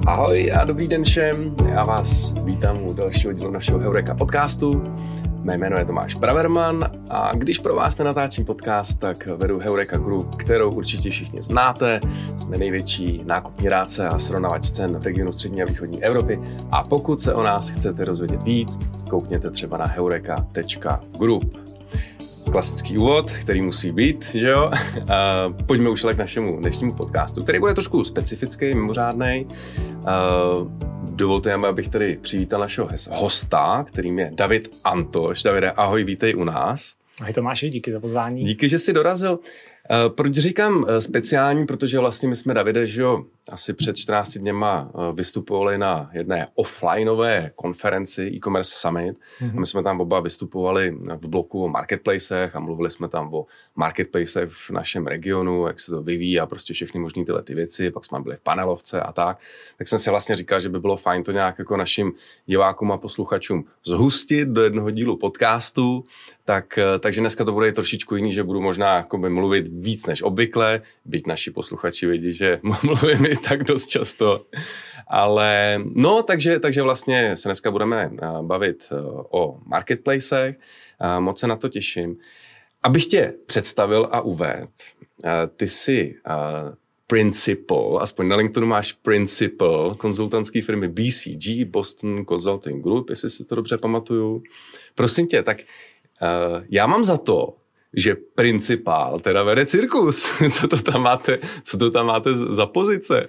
Ahoj a dobrý den všem, já vás vítám u dalšího dílu našeho Heureka podcastu. Mé jméno je Tomáš Braverman a když pro vás nenatáčím podcast, tak vedu Heureka Group, kterou určitě všichni znáte. Jsme největší nákupní rádce a srovnávač cen v regionu střední a východní Evropy a pokud se o nás chcete dozvědět víc, koukněte třeba na heureka.group. Klasický úvod, který musí být, že jo? Pojďme už ale k našemu dnešnímu podcastu, který bude trošku specifický, mimořádnej. Dovolte mi, abych tady přivítal našeho hosta, kterým je David Antoš. Davide, ahoj, vítej u nás. Ahoj Tomáši, díky za pozvání. Díky, že jsi dorazil. Proč říkám speciální, protože vlastně my jsme, Davide, že jo, asi před 14 dněma vystupovali na jedné offlineové konferenci e-commerce summit. A my jsme tam oba vystupovali v bloku o marketplacech a mluvili jsme tam o marketplacech v našem regionu, jak se to vyvíjí a prostě všechny možný tyhle ty věci. Pak jsme byli v panelovce a tak. Tak jsem si vlastně říkal, že by bylo fajn to nějak jako našim divákům a posluchačům zhustit do jednoho dílu podcastu. Takže dneska to bude trošičku jiný, že budu možná jakoby mluvit víc než obvykle, byť naši posluchači vědí, že mluvím i tak dost často. Ale no, takže vlastně se dneska budeme bavit o marketplacech. Moc se na to těším. Abych tě představil a uvedl, ty jsi principal, aspoň na LinkedInu máš principal konzultantské firmy BCG, Boston Consulting Group, jestli si to dobře pamatuju. Prosím tě, tak já mám za to, že principál teda vede cirkus. Co to tam máte za pozice?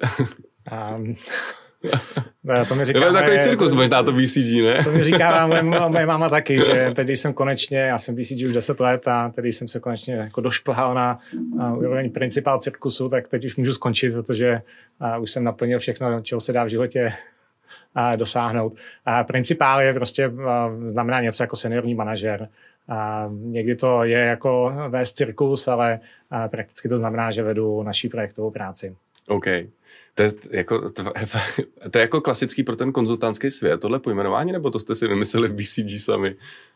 To mi říká takový cirkus, možná to BCG, ne? To mi říká moje máma taky, že teď jsem konečně, já jsem BCG už 10 let a teď jsem se konečně jako došplhal na úroveň principál cirkusu, tak teď už můžu skončit, protože už jsem naplnil všechno, čeho se dá v životě dosáhnout. Principál je prostě znamená něco jako seniorní manažer. Někdy to je jako vést cirkus, ale prakticky to znamená, že vedu naší projektovou práci. OK. To je jako klasický pro ten konzultantský svět, tohle pojmenování, nebo to jste si vymysleli v BCG sami?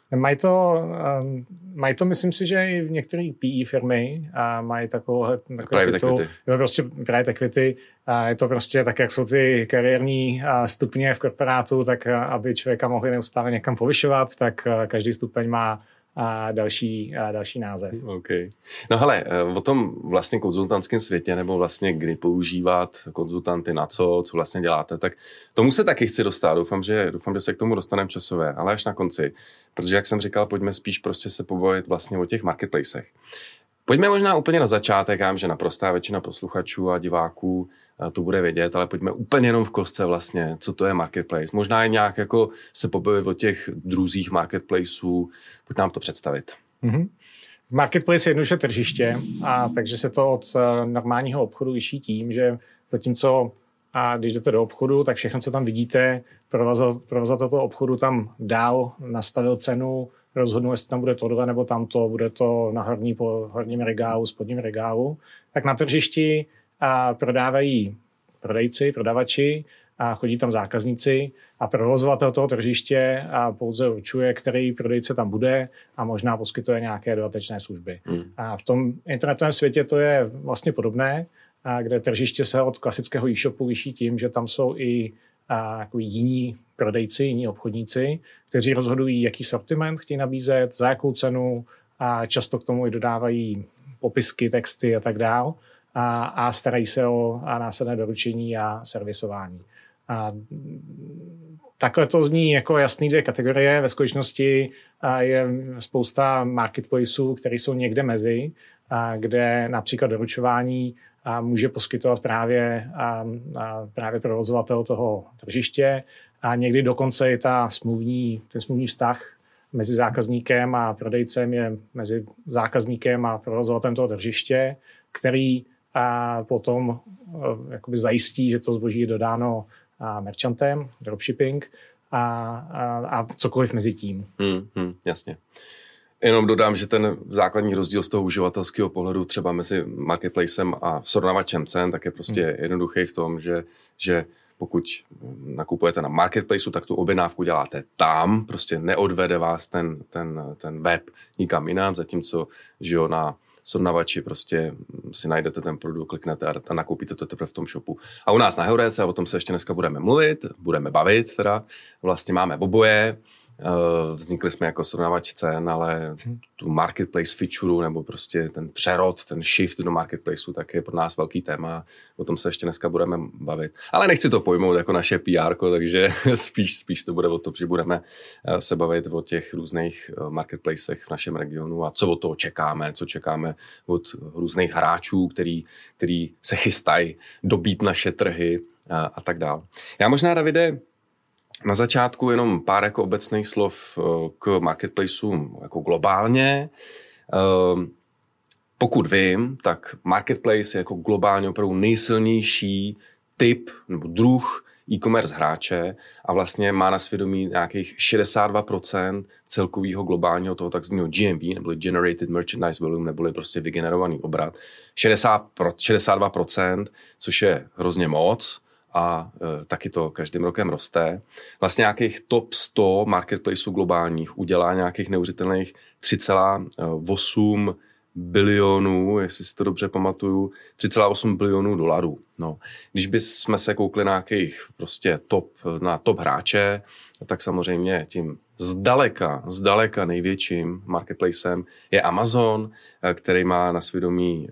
Mají to, myslím si, že i v některé PE firmy mají takový titul. Je to prostě private equity. Je to prostě tak, jak jsou ty kariérní stupně v korporátu, tak aby člověka mohli neustále někam povyšovat, tak každý stupeň má další název. Okay. No hele, o tom vlastně konzultantském světě, nebo vlastně kdy používat konzultanty na co vlastně děláte, tak tomu se taky chci dostat. Doufám, že se k tomu dostaneme časové, ale až na konci. Protože, jak jsem říkal, pojďme spíš prostě se pobavit vlastně o těch marketplacech. Pojďme možná úplně na začátek, já vím, že naprostá většina posluchačů a diváků to bude vědět, ale pojďme úplně jenom v kostce vlastně, co to je marketplace. Možná je nějak jako se pobavit o těch druzích marketplaceů, pojď nám to představit. Marketplace je jednoduše tržiště, takže se to od normálního obchodu liší tím, že zatímco když jdete do obchodu, tak všechno, co tam vidíte, provozatel toho obchodu tam dál nastavil cenu, rozhodnu, jestli tam bude tohle nebo tamto, bude to na horním regálu, spodním regálu, tak na tržišti prodávají prodejci, prodavači a chodí tam zákazníci a provozovatel toho tržiště pouze určuje, který prodejce tam bude a možná poskytuje nějaké dodatečné služby. A v tom internetovém světě to je vlastně podobné, kde tržiště se od klasického e-shopu liší tím, že tam jsou i jako jiní prodejci, jiní obchodníci, kteří rozhodují, jaký sortiment chtějí nabízet, za jakou cenu a často k tomu i dodávají popisky, texty a tak dál a starají se o následné doručení a servisování. Takhle to zní jako jasný dvě kategorie. Ve skutečnosti je spousta marketplaceů, které jsou někde mezi, kde například doručování může poskytovat právě provozovatel toho tržiště a někdy dokonce je ten smluvní vztah mezi zákazníkem a prodejcem je mezi zákazníkem a provozovatelem toho tržiště, který potom jakoby zajistí, že to zboží je dodáno merchantem, dropshipping a cokoliv mezi tím. Jasně. Jenom dodám, že ten základní rozdíl z toho uživatelského pohledu třeba mezi marketplacem a srovnavačem cen, tak je prostě jednoduchý v tom, že pokud nakupujete na marketplaceu, tak tu objednávku děláte tam, prostě neodvede vás ten web nikam jinam, zatímco že jo, na srovnavači, prostě si najdete ten produkt, kliknete a nakoupíte to teprve v tom shopu. A u nás na Heurece, a o tom se ještě dneska budeme bavit teda, vlastně máme oboje. Vznikli jsme jako srovnávač cen, ale tu marketplace feature nebo prostě ten přerod, ten shift do marketplaceu, tak je pro nás velký téma. O tom se ještě dneska budeme bavit. Ale nechci to pojmout jako naše PR, takže spíš to bude o tom, že budeme se bavit o těch různých marketplacech v našem regionu a co od toho čekáme, co čekáme od různých hráčů, který se chystají dobít naše trhy a tak dále. Já možná, Davide, na začátku jenom pár jako obecných slov k marketplaceům jako globálně. Pokud vím, tak marketplace je jako globálně opravdu nejsilnější typ nebo druh e-commerce hráče a vlastně má na svědomí nějakých 62% celkového globálního toho takzvaného GMV, neboli Generated Merchandise Volume, neboli prostě vygenerovaný obrat. 62%, což je hrozně moc, a taky to každým rokem roste. Vlastně nějakých top 100 marketplaceů globálních udělá nějakých neuvěřitelných 3,8 bilionů, jestli si to dobře pamatuju, 3,8 bilionů dolarů. No. Když bychom se koukli na nějakých prostě top hráče, tak samozřejmě tím zdaleka největším marketplacem je Amazon, který má na svědomí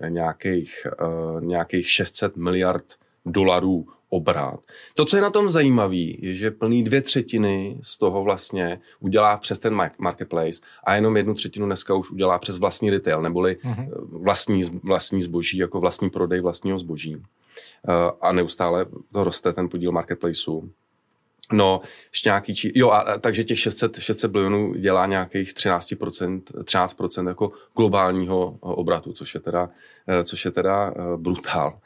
nějakých 600 miliard dolarů obrat. To, co je na tom zajímavé, je, že plný 2/3 z toho vlastně udělá přes ten marketplace a jenom 1/3 dneska už udělá přes vlastní retail, neboli vlastní zboží, jako vlastní prodej vlastního zboží. A neustále to roste ten podíl marketplaceů. No, ještě nějaký takže těch 600 bilionů dělá nějakých 13% jako globálního obratu, což je teda brutál.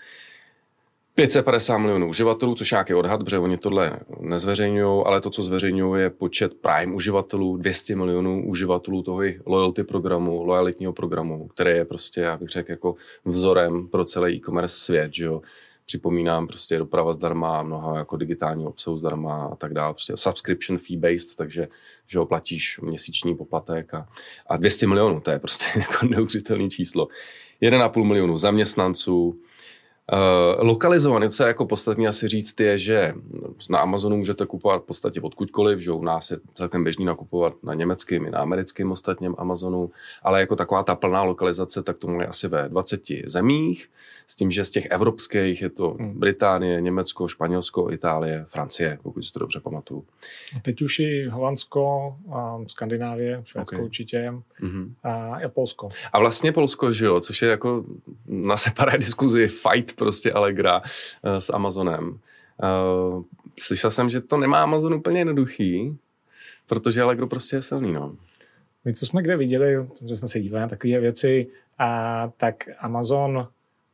550 milionů uživatelů, což je nějaký odhad, protože oni tohle nezveřejňují, ale to, co zveřejňují, je počet Prime uživatelů, 200 milionů uživatelů toho loyalty programu, lojalitního programu, který je prostě, já bych řekl, jako vzorem pro celý e-commerce svět, že jo. Připomínám prostě doprava zdarma, mnoha jako digitální obsahu zdarma a tak dále, prostě subscription fee based, takže že ho platíš měsíční poplatek a 200 milionů, to je prostě jako neuvěřitelné číslo. 1,5 milionu zaměstnanců, lokalizovaný, co je jako podstatně asi říct, je, že na Amazonu můžete kupovat v podstatě odkudkoliv, že u nás je celkem běžný nakupovat na německém i na americkém ostatním Amazonu, ale jako taková ta plná lokalizace, tak tomu je asi ve 20 zemích, s tím, že z těch evropských je to Británie, Německo, Španělsko, Itálie, Francie, pokud si to dobře pamatuju. Teď už i Holandsko, Skandinávie, Švédsko určitě a Polsko. A vlastně Polsko, že jo, což je jako na separé diskuzi fight prostě Allegra s Amazonem. Slyšel jsem, že to nemá Amazon úplně jednoduchý, protože Allegro prostě je silný, no. My, co jsme kde viděli, že jsme se dívali na takové věci, tak Amazon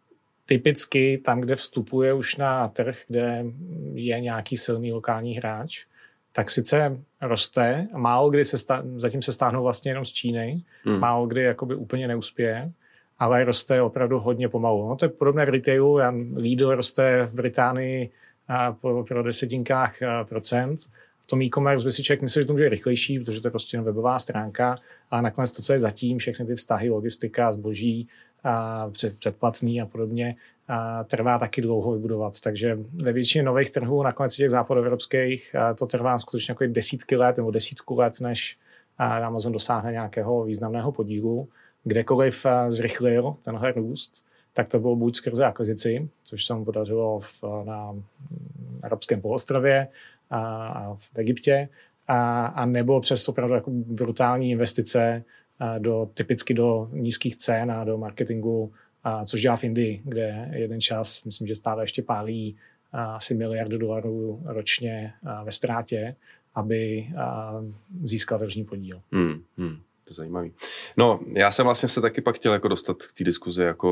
typicky tam, kde vstupuje už na trh, kde je nějaký silný lokální hráč, tak sice roste, málo kdy zatím se stáhnou vlastně jenom z Číny, málo kdy jakoby úplně neuspěje, ale roste opravdu hodně pomalu. No, to je podobné v retailu, Lidl roste v Británii pro desetinkách procent. V tom e-commerce by si člověk myslel, že to může být rychlejší, protože to je prostě webová stránka, ale nakonec to, co je zatím, všechny ty vztahy, logistika, zboží, předplatný a podobně, trvá taky dlouho vybudovat. Takže ve většině nových trhů, nakonec těch západoevropských, to trvá skutečně jako desítky let nebo 10 let, než Amazon dosáhne nějakého významného podílu. Kdekoliv zrychlil tenhle růst, tak to bylo buď skrze akvizici, což se mu podařilo na arabském poloostrově a v Egyptě, a nebo přes opravdu jako brutální investice typicky do nízkých cen a do marketingu, což dělá v Indii, kde jeden čas, myslím, že stále ještě pálí asi $1 miliard ročně ve ztrátě, aby získal tržní podíl. To je zajímavý. No, já jsem vlastně se taky pak chtěl jako dostat k té diskuzi, jako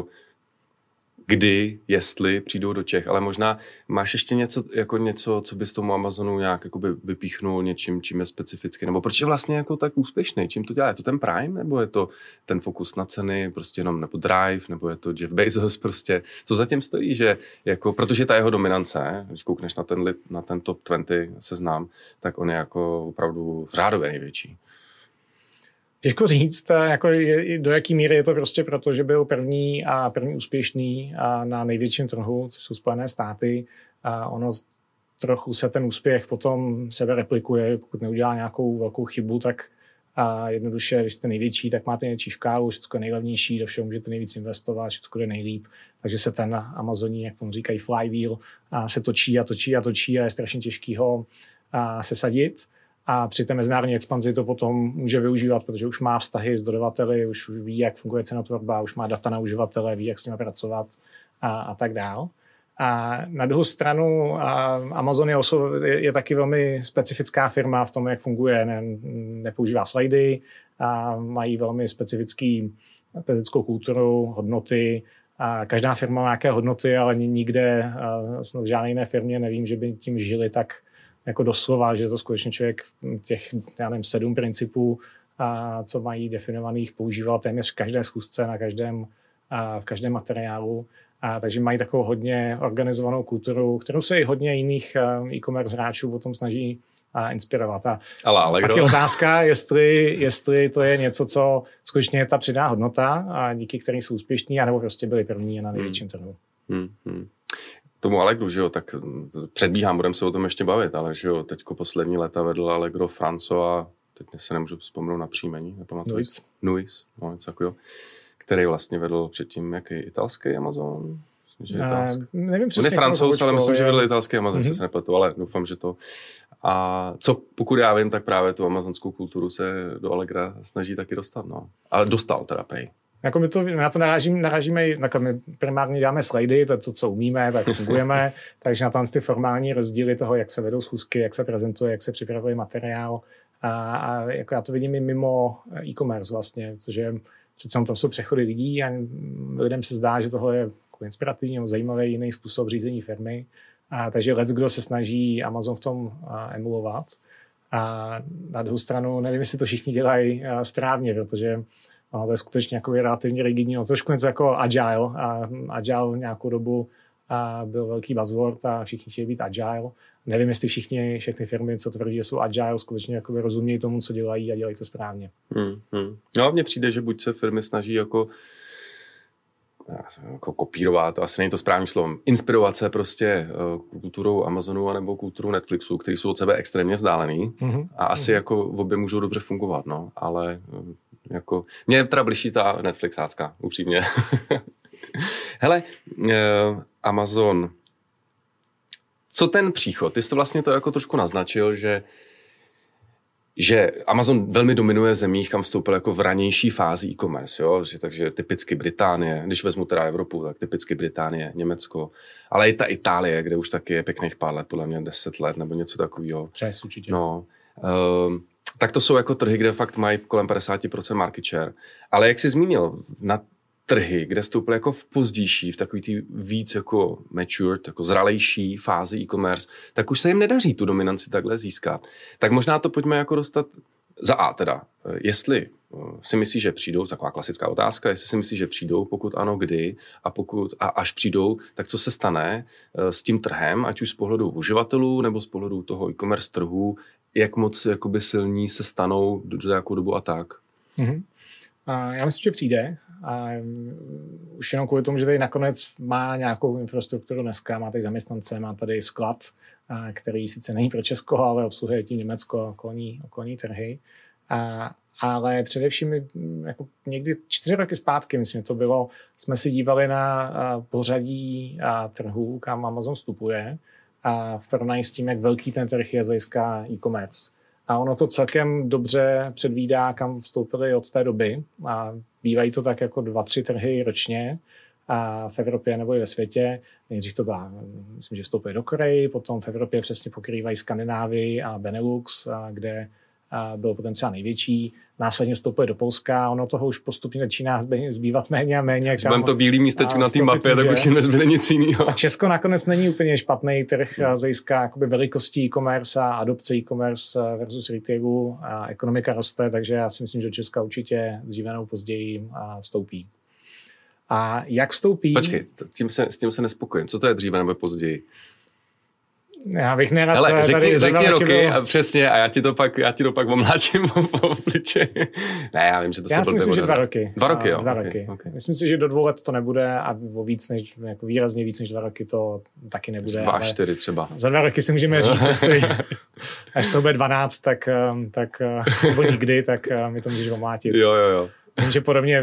kdy, jestli přijdou do Čech, ale možná máš ještě něco, co bys tomu Amazonu nějak jakoby vypíchnul něčím, čím je specificky, nebo proč je vlastně jako tak úspěšný, čím to dělá? Je to ten Prime, nebo je to ten fokus na ceny, prostě jenom nebo Drive, nebo je to Jeff Bezos, prostě, co zatím stojí, že jako, protože ta jeho dominance, když koukneš na ten top 20 seznam, tak on je jako opravdu řádově největší. Těžko říct, jako do jaký míry je to prostě proto, že byl první úspěšný na největším trhu, což jsou Spojené státy. A ono trochu se ten úspěch potom sebe replikuje, pokud neudělá nějakou velkou chybu, tak jednoduše, když jste největší, tak máte největší škálu, všechno je nejlevnější, do všeho můžete nejvíc investovat, všechno je nejlíp. Takže se ten Amazoní, jak tomu říkají flywheel, se točí a točí a točí a je strašně těžký ho sesadit. A při té mezinárodní expanzi to potom může využívat, protože už má vztahy s dodavateli, už ví, jak funguje cenotvorba, už má data na uživatele, ví, jak s nimi pracovat a tak dál. A na druhou stranu Amazon je taky velmi specifická firma v tom, jak funguje. Nepoužívá slajdy, mají velmi specifickou kulturu, hodnoty. A každá firma má nějaké hodnoty, ale nikde v žádné jiné firmě nevím, že by tím žili tak jako doslova, že to skutečně člověk těch, 7 principů, co mají definovaných, používal téměř v každé schůzce, v každém materiálu. Takže mají takovou hodně organizovanou kulturu, kterou se i hodně jiných e-commerce hráčů potom snaží inspirovat. Ale taky otázka, jestli to je něco, co skutečně je ta přidaná hodnota, a díky který jsou úspěšní, anebo prostě byli první na největším trhu. Tomu Allegru, že jo, tak předbíhám, budeme se o tom ještě bavit, ale že jo, teďko poslední léta vedl Allegro François, teď se nemůžu vzpomenout na příjmení, nepamatuji. Nuis, no něco takového, který vlastně vedl předtím jaký italský Amazon. Nevím přesně. On je Francouz, ale myslím, že vedl italský Amazon, se nepletu, ale doufám, že to. A co pokud já vím, tak právě tu amazonskou kulturu se do Allegra snaží taky dostat, no. Ale dostal teda prej. Jako my na to narážíme, jako my primárně děláme slajdy, to, co umíme, tak fungujeme, takže na ty formální rozdíly toho, jak se vedou schůzky, jak se prezentuje, jak se připravuje materiál. A jako já to vidím i mimo e-commerce vlastně, protože přece tam jsou přechody lidí a lidem se zdá, že tohle je inspirativní nebo zajímavý jiný způsob řízení firmy. Takže kdo se snaží Amazon v tom emulovat. A na druhou stranu nevím, jestli to všichni dělají správně, protože to je skutečně jako relativně rigidní, trošku něco jako agile. Agile nějakou dobu byl velký buzzword a všichni chtějí být agile. Nevím, jestli všechny firmy, co tvrdí, že jsou agile, skutečně jako rozumějí tomu, co dělají a dělají to správně. No, mně přijde, že buď se firmy snaží jako kopírovat, to asi není to správný slovo, inspirovat se prostě kulturou Amazonu anebo kulturou Netflixu, který jsou od sebe extrémně vzdálený a asi jako v obě můžou dobře fungovat, no, ale jako, mně teda bližší ta Netflixácká, upřímně. Hele, Amazon, co ten příchod? Ty jsi to vlastně to jako trošku naznačil, že Amazon velmi dominuje v zemích, kam vstoupil jako v ranější fázi e-commerce, jo? Takže typicky Británie, když vezmu teda Evropu, tak typicky Británie, Německo, ale i ta Itálie, kde už taky je pěkných pár let, podle mě 10 let nebo něco takového. Přes určitě. No, tak to jsou jako trhy, kde fakt mají kolem 50% market share. Ale jak jsi zmínil, na trhy, kde vstoupil jako v pozdější, v takový tý víc jako matured, jako zralejší fázi e-commerce, tak už se jim nedaří tu dominanci takhle získat. Tak možná to pojďme jako dostat za A teda. Jestli si myslíš, že přijdou, taková klasická otázka, jestli si myslíš, že přijdou, pokud ano, kdy a až přijdou, tak co se stane s tím trhem, ať už z pohledu uživatelů nebo z pohledu toho e-commerce trhu, jak moc jakoby silní se stanou do jakou dobu a tak? Já myslím, že přijde. A už jenom kvůli tomu, že tady nakonec má nějakou infrastrukturu dneska, má tady zaměstnance, má tady sklad, který sice není pro Česko, ale obsluhuje tím Německo a okolní trhy. Ale především jako někdy 4 roky zpátky, myslím, to bylo, jsme si dívali na pořadí trhů, kam Amazon vstupuje a v porovnání s tím, jak velký ten trh je z hlediska e-commerce. A ono to celkem dobře předvídá, kam vstoupili od té doby. A bývají to tak jako 2-3 trhy ročně a v Evropě nebo i ve světě. Nejdřív to byla, myslím, že vstoupili do Koreji, potom v Evropě přesně pokrývají Skandinávii a Benelux, kde byl potenciál největší. Následně vstoupili do Polska, ono toho už postupně začíná zbývat méně a méně. Když budeme to bílý místečko na té mapě, tak už nezbyde nic jiného. A Česko nakonec není úplně špatný trh z hlediska velikostí e-commerce a adopce e-commerce versus retailu a ekonomika roste, takže já si myslím, že Česka určitě dříve nebo později vstoupí. A jak vstoupí? Počkej, s tím se nespokojím. Co to je dříve nebo později? Já bych nerad... Hele, řekni roky a přesně a já ti to pak omlátím po obličeji. Ne, já vím, že to se já si myslím, že 2 roky. 2 roky, jo? 2 roky. Okay. Myslím si, že do 2 let to nebude a jako výrazně víc než 2 roky to taky nebude. 2 až 4 třeba. Za 2 roky si můžeme říct, jestli až to bude 12, tak nebo nikdy, tak mi to můžeš omlátit. Jo. Vím, že podobně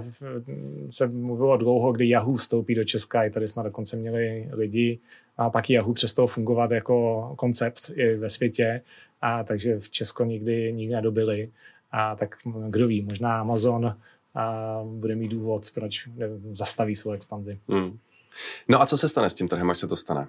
se mluvilo dlouho, kdy Yahoo vstoupí do Česka, i tady snad dokonce měli lidi, a pak Yahoo přestalo fungovat jako koncept i ve světě, a takže v Česku nikdy nedobili. A tak kdo ví, možná Amazon bude mít důvod, proč zastaví svou expanzi. No a co se stane s tím trhem, až se to stane?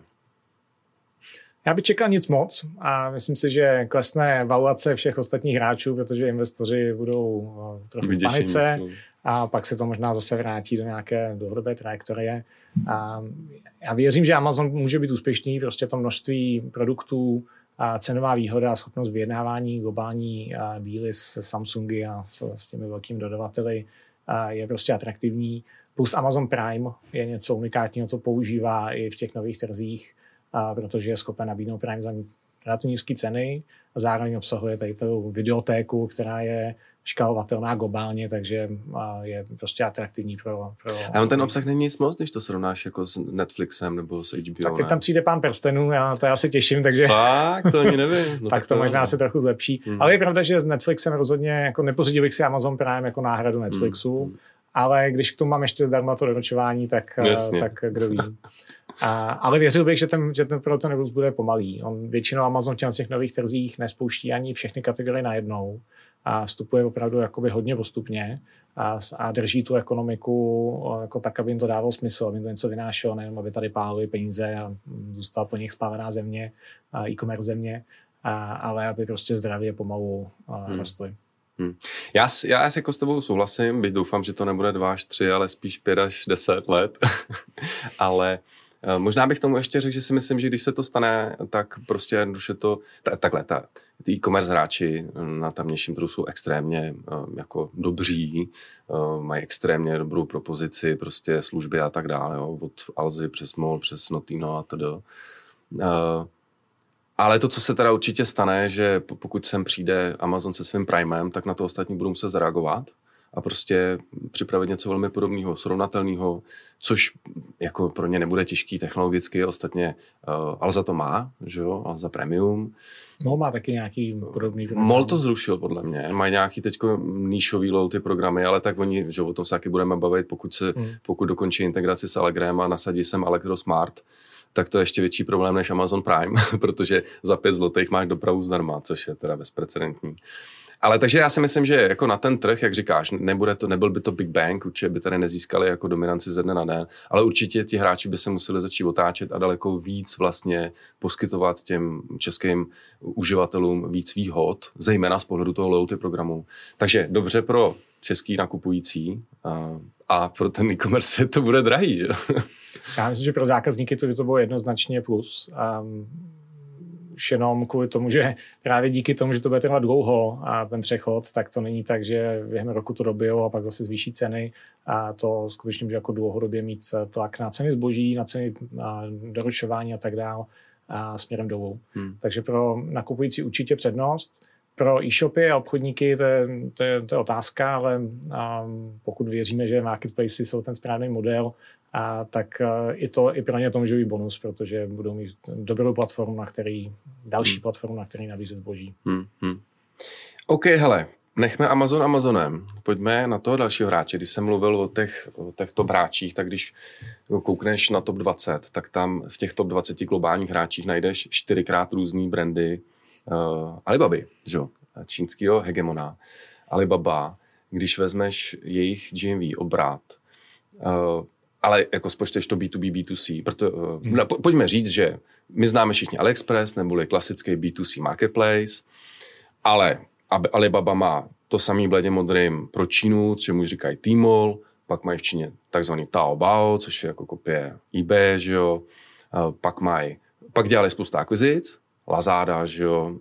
Já bych čekal nic moc a myslím si, že klesne valuace všech ostatních hráčů, protože investoři budou trochu v panice a pak se to možná zase vrátí do nějaké dlouhodobé trajektorie. A já věřím, že Amazon může být úspěšný, prostě to množství produktů, a cenová výhoda a schopnost vyjednávání globální díly s Samsungy a s těmi velkými dodavateli je prostě atraktivní. Plus Amazon Prime je něco unikátního, co používá i v těch nových trzích, protože je schopen nabídnout Prime za relativně nízké ceny a zároveň obsahuje tady tu videotéku, která je škálovatelná globálně, takže je prostě atraktivní pro a on ten obsah není nic moc, když to srovnáš jako s Netflixem nebo s HBO. Tak teď tam přijde Pán prstenů, já se těším, takže... Fakt, to ani nevím. No tak to možná se trochu zlepší. Ale je pravda, že s Netflixem rozhodně jako nepořídil bych si Amazon Prime jako náhradu Netflixu, ale když k tomu mám ještě zdarma to doručování, tak kdo ví. Ale věřil bych, že ten pro ten růst bude pomalý. On většinou Amazon v těch nových trzích nespouští ani všechny kategorie najednou a vstupuje opravdu jakoby hodně postupně a drží tu ekonomiku jako tak, aby jim to dávalo smysl, aby jim to něco vynášelo, nejenom aby tady pálili peníze a zůstala po nich spálená země, e-commerce země, ale aby prostě zdravě pomalu rostly. Já jako s tebou souhlasím, byť doufám, že to nebude 2 až 3, ale spíš 5 až 10 let. Ale možná bych tomu ještě řekl, že si myslím, že když se to stane, tak prostě už je to takhle. Ty e-commerce hráči na tamnějším trhu jsou extrémně jako dobří, mají extrémně dobrou propozici, prostě služby a tak dále, jo, od Alzy přes MOL, přes Notino a tedy. Ale to, co se teda určitě stane, že pokud sem přijde Amazon se svým Primem, tak na to ostatní budou muset zareagovat a prostě připravit něco velmi podobného, srovnatelného, což jako pro ně nebude těžký technologicky, ostatně Alza to má, že jo, Alza Premium. MOL má taky nějaký podobný program. MOL to zrušil podle mě, mají nějaký teďko níšový loyalty programy, ale tak oni, že o tom se taky budeme bavit, pokud dokončí integraci s Allegrem a nasadí sem Allegro Smart, tak to je ještě větší problém než Amazon Prime, protože za 5 zlotých máš dopravu zdarma, což je teda bezprecedentní. Ale takže já si myslím, že jako na ten trh, jak říkáš, nebyl by to Big Bang, určitě by tady nezískali jako dominanci ze dne na den, ale určitě ti hráči by se museli začít otáčet a daleko víc vlastně poskytovat těm českým uživatelům víc výhod, zejména z pohledu toho loyalty programu. Takže dobře pro český nakupující a pro ten e-commerce to bude drahý, že? Já myslím, že pro zákazníky to by to bylo jednoznačně plus. Už jenom kvůli tomu, že právě díky tomu, že to bude trvat dlouho a ten přechod, tak to není tak, že během roku to dobijou a pak zase zvýší ceny a to skutečně může jako dlouhodobě mít tlak na ceny zboží, na ceny doručování a tak dál a směrem dolů. Takže pro nakupující určitě přednost. Pro e-shopy a obchodníky to je otázka, ale pokud věříme, že marketplace jsou ten správný model, tak i pro ně to může být bonus, protože budou mít dobrou platformu, další platformu, na který nabízet zboží. OK, hele, nechme Amazon Amazonem. Pojďme na toho dalšího hráče. Když jsem mluvil o těch top hráčích, tak když koukneš na top 20, tak tam v těch top 20 globálních hráčích najdeš 4x různý brandy Alibaby, že? Čínského hegemona. Alibaba, když vezmeš jejich GMV obrat, ale jako spočteš to B2B, B2C. Pojďme říct, že my známe všichni AliExpress, neboli klasický B2C marketplace, ale Alibaba má to samý bledě modrým pro Čínu, čemu říkají Tmall, pak mají v Číně takzvaný Taobao, což je jako kopie eBay, že jo. Pak dělali spoustu akvizic, Lazada, že jo,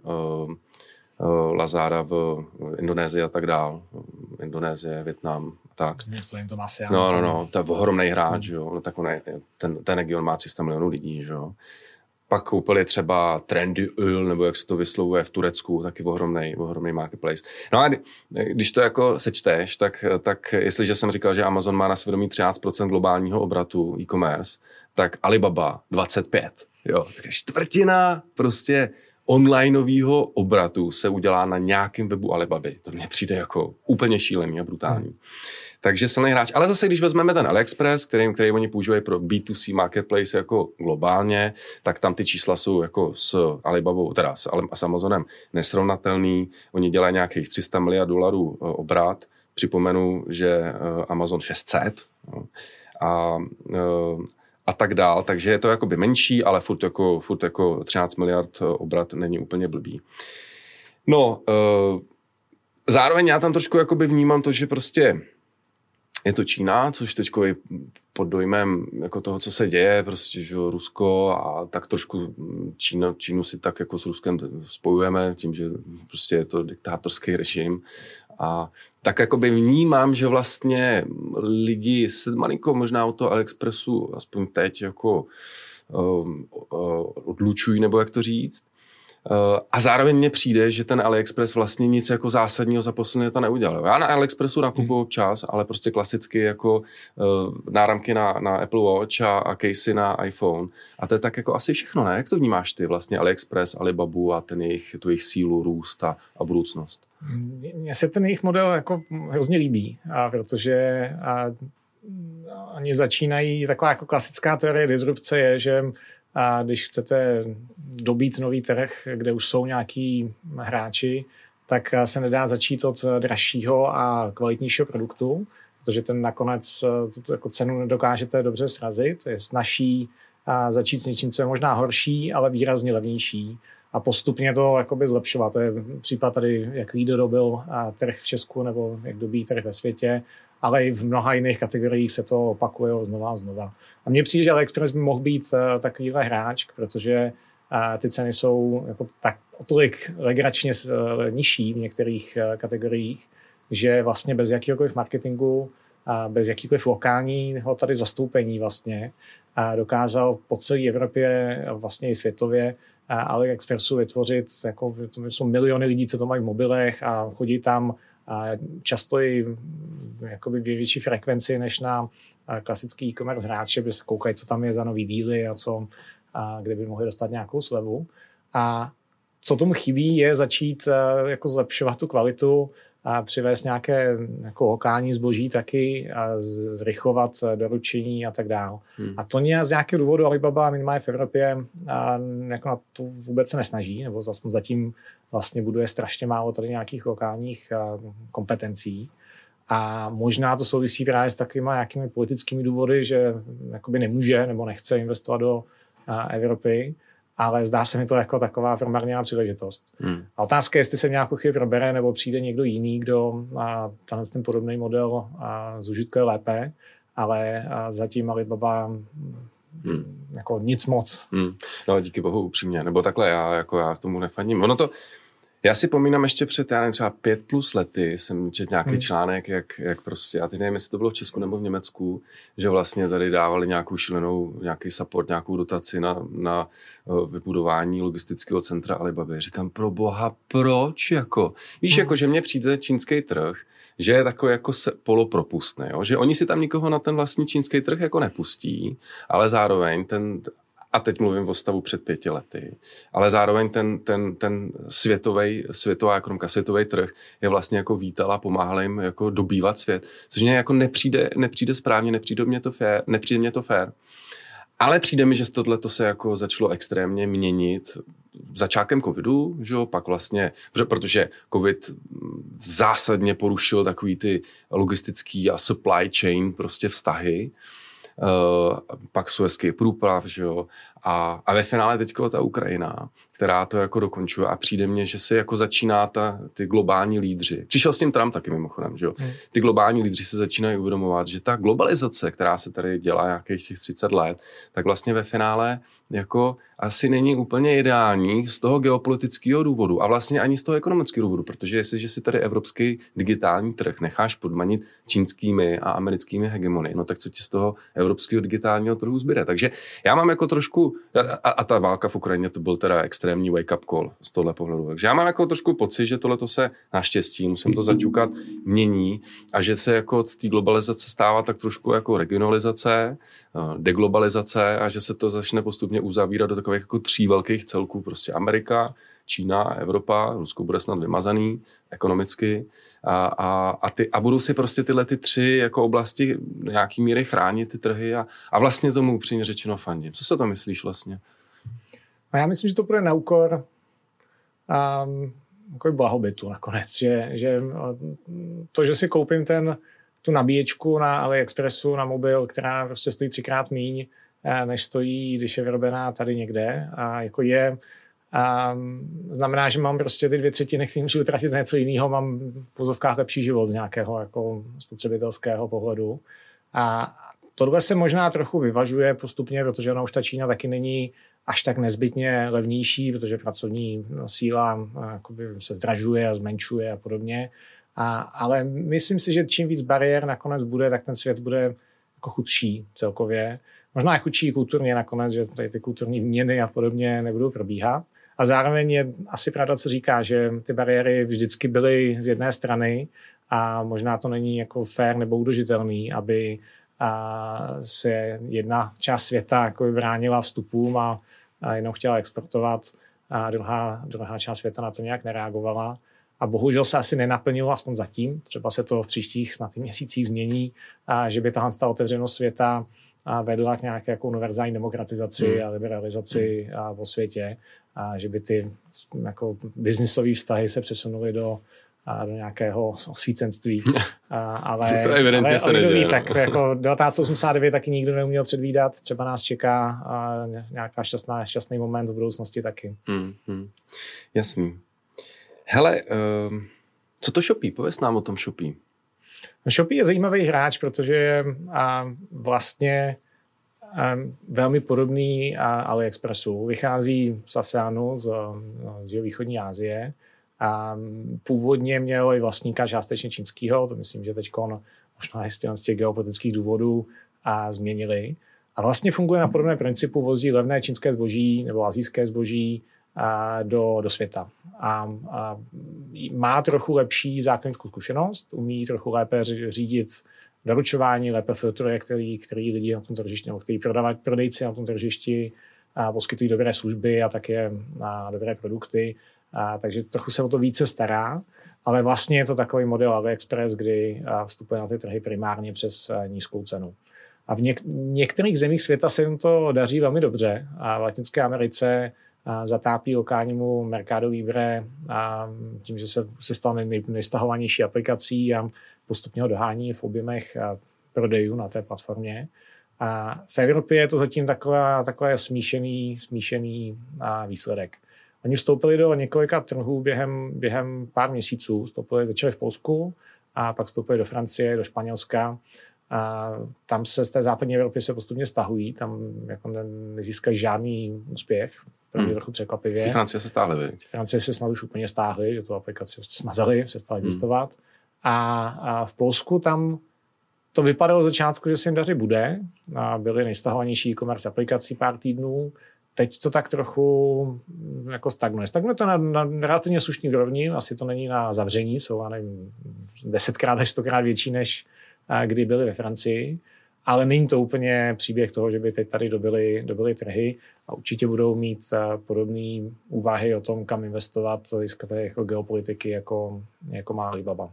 Lazada v Indonésii a tak dál. Indonésie, Vietnam, tak. Něco jim to má si. No, to je ohromnej hráč, jo. No, tak ten region má 300 milionů lidí, že jo. Pak koupili třeba Trendyol, nebo jak se to vyslovuje v Turecku, taky ohromný marketplace. No a když to jako sečteš, tak jestliže jsem říkal, že Amazon má na svědomí 13% globálního obratu e-commerce, tak Alibaba 25%. Jo, takže čtvrtina prostě onlineového obratu se udělá na nějakém webu Alibaby. To mně přijde jako úplně šílený a brutální. Takže silný hráč. Ale zase, když vezmeme ten AliExpress, který oni používají pro B2C marketplace jako globálně, tak tam ty čísla jsou jako s Alibabou, teda s Amazonem nesrovnatelný. Oni dělají nějakých $300 miliard obrat. Připomenu, že Amazon 600 a tak dál. Takže je to jakoby menší, ale furt jako 13 miliard obrat není úplně blbý. No, zároveň já tam trošku jakoby vnímám to, že prostě je to Čína, což teďko je pod dojmem jako toho, co se děje, prostě, že Rusko a tak trošku Čínu si tak jako s Ruskem spojujeme tím, že prostě je to diktátorský režim. A tak jakoby vnímám, že vlastně lidi se malinko možná od toho AliExpressu aspoň teď jako odlučují, nebo jak to říct. A zároveň mně přijde, že ten AliExpress vlastně nic jako zásadního za poslední léta neudělal. Já na AliExpressu nakupuju občas, ale prostě klasicky jako náramky na Apple Watch a casey na iPhone. A to je tak jako asi všechno, ne? Jak to vnímáš ty vlastně AliExpress, Alibabu a tu jejich sílu, růst a budoucnost? Mně se ten jejich model jako hrozně líbí, protože oni začínají, taková jako klasická teorie disrupce je, že a když chcete dobít nový trh, kde už jsou nějaký hráči, tak se nedá začít od dražšího a kvalitnějšího produktu, protože ten nakonec tu jako cenu nedokážete dobře srazit. Je snazší začít s něčím, co je možná horší, ale výrazně levnější a postupně to jakoby zlepšovat. To je případ tady, jak Lidl dobil trh v Česku nebo jak dobí trh ve světě, ale i v mnoha jiných kategoriích se to opakuje znova a znova. A mně přijde, že AliExpress by mohl být takovýhle hráč, protože ty ceny jsou jako tak o tolik legračně nižší v některých kategoriích, že vlastně bez jakýhokoliv marketingu, bez jakýkoliv lokálního tady zastoupení vlastně dokázal po celé Evropě, vlastně i světově, AliExpressu vytvořit, jako, to jsou miliony lidí, co to mají v mobilech a chodí tam a často i jakoby větší frekvenci než na klasický e-commerce hráče, protože se koukají, co tam je za nový díly a kde by mohli dostat nějakou slevu. A co tomu chybí, je začít jako zlepšovat tu kvalitu a přivést nějaké jako lokální zboží taky a zrychlovat doručení a tak dál. A to z nějakého důvodu Alibaba minimálně v Evropě jako na to vůbec se nesnaží, nebo zatím vlastně buduje strašně málo tady nějakých lokálních kompetencí. A možná to souvisí právě s takovými nějakými politickými důvody, že jakoby nemůže nebo nechce investovat do Evropy, ale zdá se mi to jako taková promarněná příležitost. A otázka je, jestli se nějakou chvíli probere, nebo přijde někdo jiný, kdo ten podobný model zužitkuje lépe, ale zatím Alibaba jako nic moc. No díky bohu upřímně, nebo takhle já tomu nefandím. Já si pomínám ještě před, třeba 5+ lety jsem četl nějaký článek, jak prostě, a teď nevím, jestli to bylo v Česku nebo v Německu, že vlastně tady dávali nějakou nějaký support, nějakou dotaci na vybudování logistického centra Alibaby. Říkám, pro boha, proč? Jako? Víš, jako, že mně přijde čínský trh, že je takový jako polopropustný, jo? Že oni si tam nikoho na ten vlastní čínský trh jako nepustí, ale zároveň a teď mluvím o stavu před 5 lety, ale zároveň ten světová ekonomika, světový trh je vlastně jako vítal a pomáhal jim jako dobývat svět, což mě jako nepřijde správně, nepřijde mě to fér. Ale přijde mi, že tohleto se jako začalo extrémně měnit začátkem covidu, že jo, pak vlastně, protože covid zásadně porušil takový ty logistický a supply chain prostě vztahy, pak Suezský průplav, že jo, a ve finále teďko ta Ukrajina, která to jako dokončuje a přijde mně, že se jako začíná ty globální lídři. Přišel s tím Trump taky mimochodem, že jo. Ty globální lídři se začínají uvědomovat, že ta globalizace, která se tady dělá nějakých těch 30 let, tak vlastně ve finále jako asi není úplně ideální z toho geopolitického důvodu a vlastně ani z toho ekonomického důvodu, protože jestliže si tady evropský digitální trh necháš podmanit čínskými a americkými hegemony, no tak co ti z toho evropského digitálního trhu zbyde. Takže já mám jako trošku, a ta válka v Ukrajině to byl teda extrémní wake-up call z tohle pohledu, takže já mám jako trošku pocit, že tohleto se naštěstí, musím to zaťukat, mění a že se jako z té globalizace stává tak trošku jako regionalizace, deglobalizace a že se to začne postupně uzavírat do takových jako 3 velkých celků, prostě Amerika, Čína a Evropa, Rusko bude snad vymazaný ekonomicky a budou si prostě tyhle ty 3 jako oblasti do nějaký míry chránit ty trhy a vlastně tomu upřímně řečeno fandím. Co si o tom myslíš vlastně? A já myslím, že to bude na úkor jako blahobytu nakonec, že to, že si koupím tu nabíječku na AliExpressu na mobil, která prostě stojí 3x míň, než stojí, když je vyrobená tady někde a jako znamená, že mám prostě ty 2/3, které můžu utratit za něco jiného, mám v vozovkách lepší život z nějakého jako spotřebitelského pohledu. A tohle se možná trochu vyvažuje postupně, protože ona už ta Čína taky není až tak nezbytně levnější, protože pracovní síla se zdražuje a zmenšuje a podobně. Ale myslím si, že čím víc bariér nakonec bude, tak ten svět bude jako chudší celkově. Možná i chudší kulturně nakonec, že tady ty kulturní měny a podobně nebudou probíhat. A zároveň je asi pravda, co říká, že ty bariéry vždycky byly z jedné strany a možná to není jako fair nebo udržitelný, aby se jedna část světa jako bránila vstupům a jenom chtěla exportovat a druhá část světa na to nějak nereagovala. A bohužel se asi nenaplnilo, aspoň zatím. Třeba se to v příštích snad měsících změní, že by tahle otevřenost světa vedla k nějaké jako univerzální demokratizaci a liberalizaci po světě. A že by ty jako biznisové vztahy se přesunuly do nějakého osvícenství. Ale to evidentně se neděje. Tak jako 1989 taky nikdo neuměl předvídat. Třeba nás čeká nějaká šťastný moment v budoucnosti taky. Jasný. Hele, co to Shopee? Pověz nám o tom Shopee. Shopee je zajímavý hráč, protože je vlastně velmi podobný AliExpressu. Vychází z ASEANu, z jihovýchodní Asie. Původně měl i vlastníka částečně čínského, to myslím, že teď možná z těch geopolitických důvodů změnili. A vlastně funguje na podobné principu, vozí levné čínské zboží nebo asijské zboží do světa. A má trochu lepší základnickou zkušenost, umí trochu lépe řídit doručování, lépe filtruje, který lidi na tom tržišti, nebo který prodejci na tom tržišti poskytují dobré služby a také dobré produkty. Takže trochu se o to více stará, ale vlastně je to takový model AliExpress, kdy vstupuje na ty trhy primárně přes nízkou cenu. A v některých zemích světa se jim to daří velmi dobře. A v Latinské Americe zatápí lokálnímu Mercado Libre a tím, že se stal nejstahovanější aplikací a postupně ho dohání v objemech prodejů na té platformě. A v Evropě je to zatím takový smíšený výsledek. Oni vstoupili do několika trhů během pár měsíců. Začali v Polsku a pak vstoupili do Francie, do Španělska. A tam se z té západní Evropy se postupně stahují. Tam jako nezískají žádný úspěch. Pro mě trochu překvapivě. Z Francie se stáhly, viď? Francie se snad už úplně stáhly, že tu aplikaci smazali, přestali existovat. A v Polsku tam to vypadalo od začátku, že se jim dařit bude. A byly nejstahovanější e-commerce aplikací pár týdnů. Teď to tak trochu jako stagnuje. Stagnuje to na relativně slušný úrovni, asi to není na zavření, jsou 10krát až 100krát větší, než kdy byli ve Francii, ale není to úplně příběh toho, že by teď tady dobili trhy a určitě budou mít podobné úvahy o tom, kam investovat z jako geopolitiky, jako má Alibaba.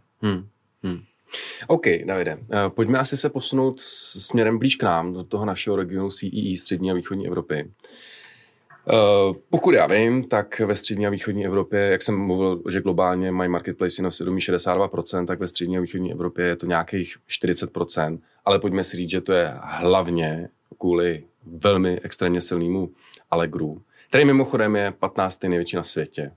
OK, Davide, pojďme asi se posunout směrem blíž k nám, do toho našeho regionu CEE, střední a východní Evropy. Pokud já vím, tak ve střední a východní Evropě, jak jsem mluvil, že globálně mají marketplace na svědomí 62%, tak ve střední a východní Evropě je to nějakých 40%, ale pojďme si říct, že to je hlavně kvůli velmi extrémně silnému Allegru. který mimochodem je 15. největší na světě.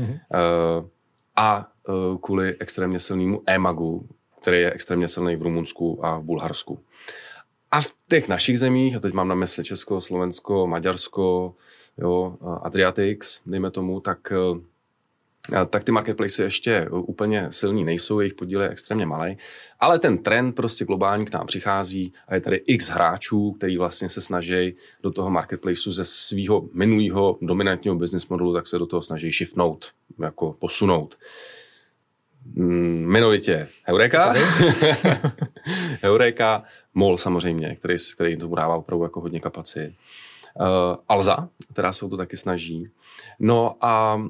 A kvůli extrémně silnému e-magu, který je extrémně silný v Rumunsku a v Bulharsku. A v těch našich zemích, a teď mám na mysli Česko, Slovensko, Maďarsko, jo, Adriatix, dejme tomu, tak ty marketplace ještě úplně silný nejsou, jejich podíl je extrémně malý, ale ten trend prostě globální k nám přichází a je tady x hráčů, který vlastně se snaží do toho marketplaceu ze svého minulého dominantního business modelu, tak se do toho snaží shiftnout, jako posunout. Jmenovitě Heureka, Heureka, MOL samozřejmě, který tomu dává opravdu jako hodně kapacit. Alza, která se o to taky snaží. No a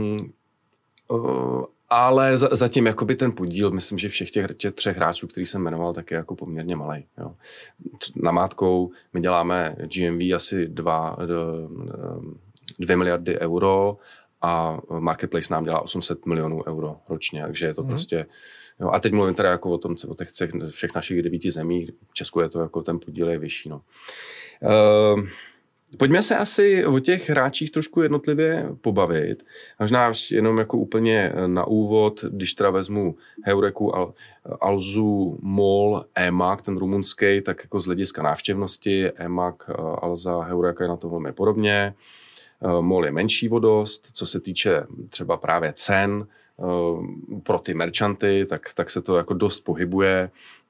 ale zatím jakoby ten podíl, myslím, že všech těch 3 hráčů, který jsem jmenoval, tak je jako poměrně malej. Jo. Namátkou my děláme GMV asi 2 miliardy euro a Marketplace nám dělá 800 milionů euro ročně, takže je to prostě... Jo, a teď mluvím teda jako o těch všech našich 9 zemích, v Česku je to jako ten podíl je vyšší. No. Pojďme se asi o těch hráčích trošku jednotlivě pobavit. Možná jenom jako úplně na úvod, když teda vezmu Heureku, Alzu, MOL, EMAG, ten rumunský, tak jako z hlediska návštěvnosti, EMAG, Alza, Heureka je na to velmi podobně. MOL je menší vodost, co se týče třeba právě cen pro ty merchanty, tak se to jako dost pohybuje.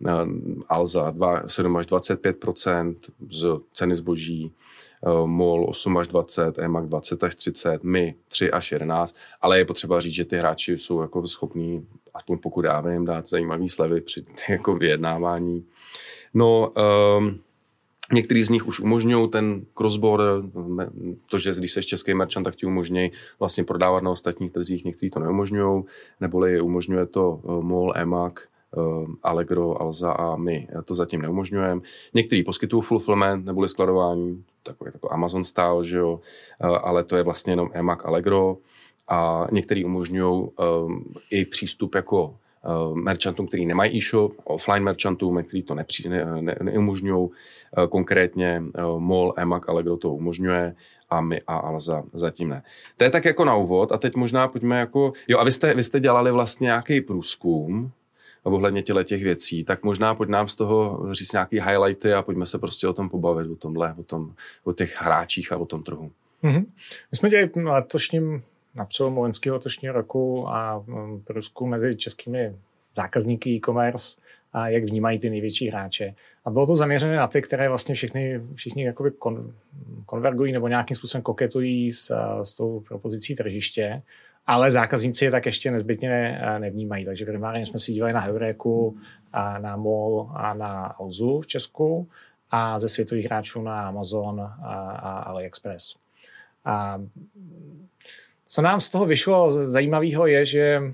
Alza 7 až 25% z ceny zboží, MOL 8 až 20, EMAG 20 až 30, my 3 až 11, ale je potřeba říct, že ty hráči jsou jako schopní, aspoň pokud já vím, dát zajímavý slevy při jako vyjednávání. No, některý z nich už umožňují ten cross-border, to, že když jsi český merchant, tak ti umožňují vlastně prodávat na ostatních trzích, někteří to neumožňují, neboli umožňuje to MOL, EMAG, Allegro, Alza a my to zatím neumožňujeme. Některý poskytují fulfillment neboli skladování, takový Amazon style, že jo, ale to je vlastně jenom EMAG, Allegro a některý umožňují i přístup jako merchantům, který nemají e-shop, offline merchantům, který to neumožňují. Konkrétně MOL, EMAG, Allegro to umožňuje a my a Alza zatím ne. To je tak jako na úvod a teď možná pojďme jako... Jo a vy jste dělali vlastně nějaký průzkum ohledně těch věcí, tak možná pojď nám z toho říct nějaký highlighty a pojďme se prostě o tom pobavit, o těch hráčích a o tom trhu. Mm-hmm. My jsme dělali na přelomu loňského letošního roku a průzkum mezi českými zákazníky e-commerce a jak vnímají ty největší hráče. A bylo to zaměřené na ty, které vlastně všichni jakoby konvergují nebo nějakým způsobem koketují s tou propozicí tržiště, ale zákazníci je tak ještě nezbytně nevnímají. Takže primárně jsme si dívali na Heureku, na MOL a na Alzu v Česku a ze světových hráčů na Amazon a AliExpress. A co nám z toho vyšlo zajímavého je, že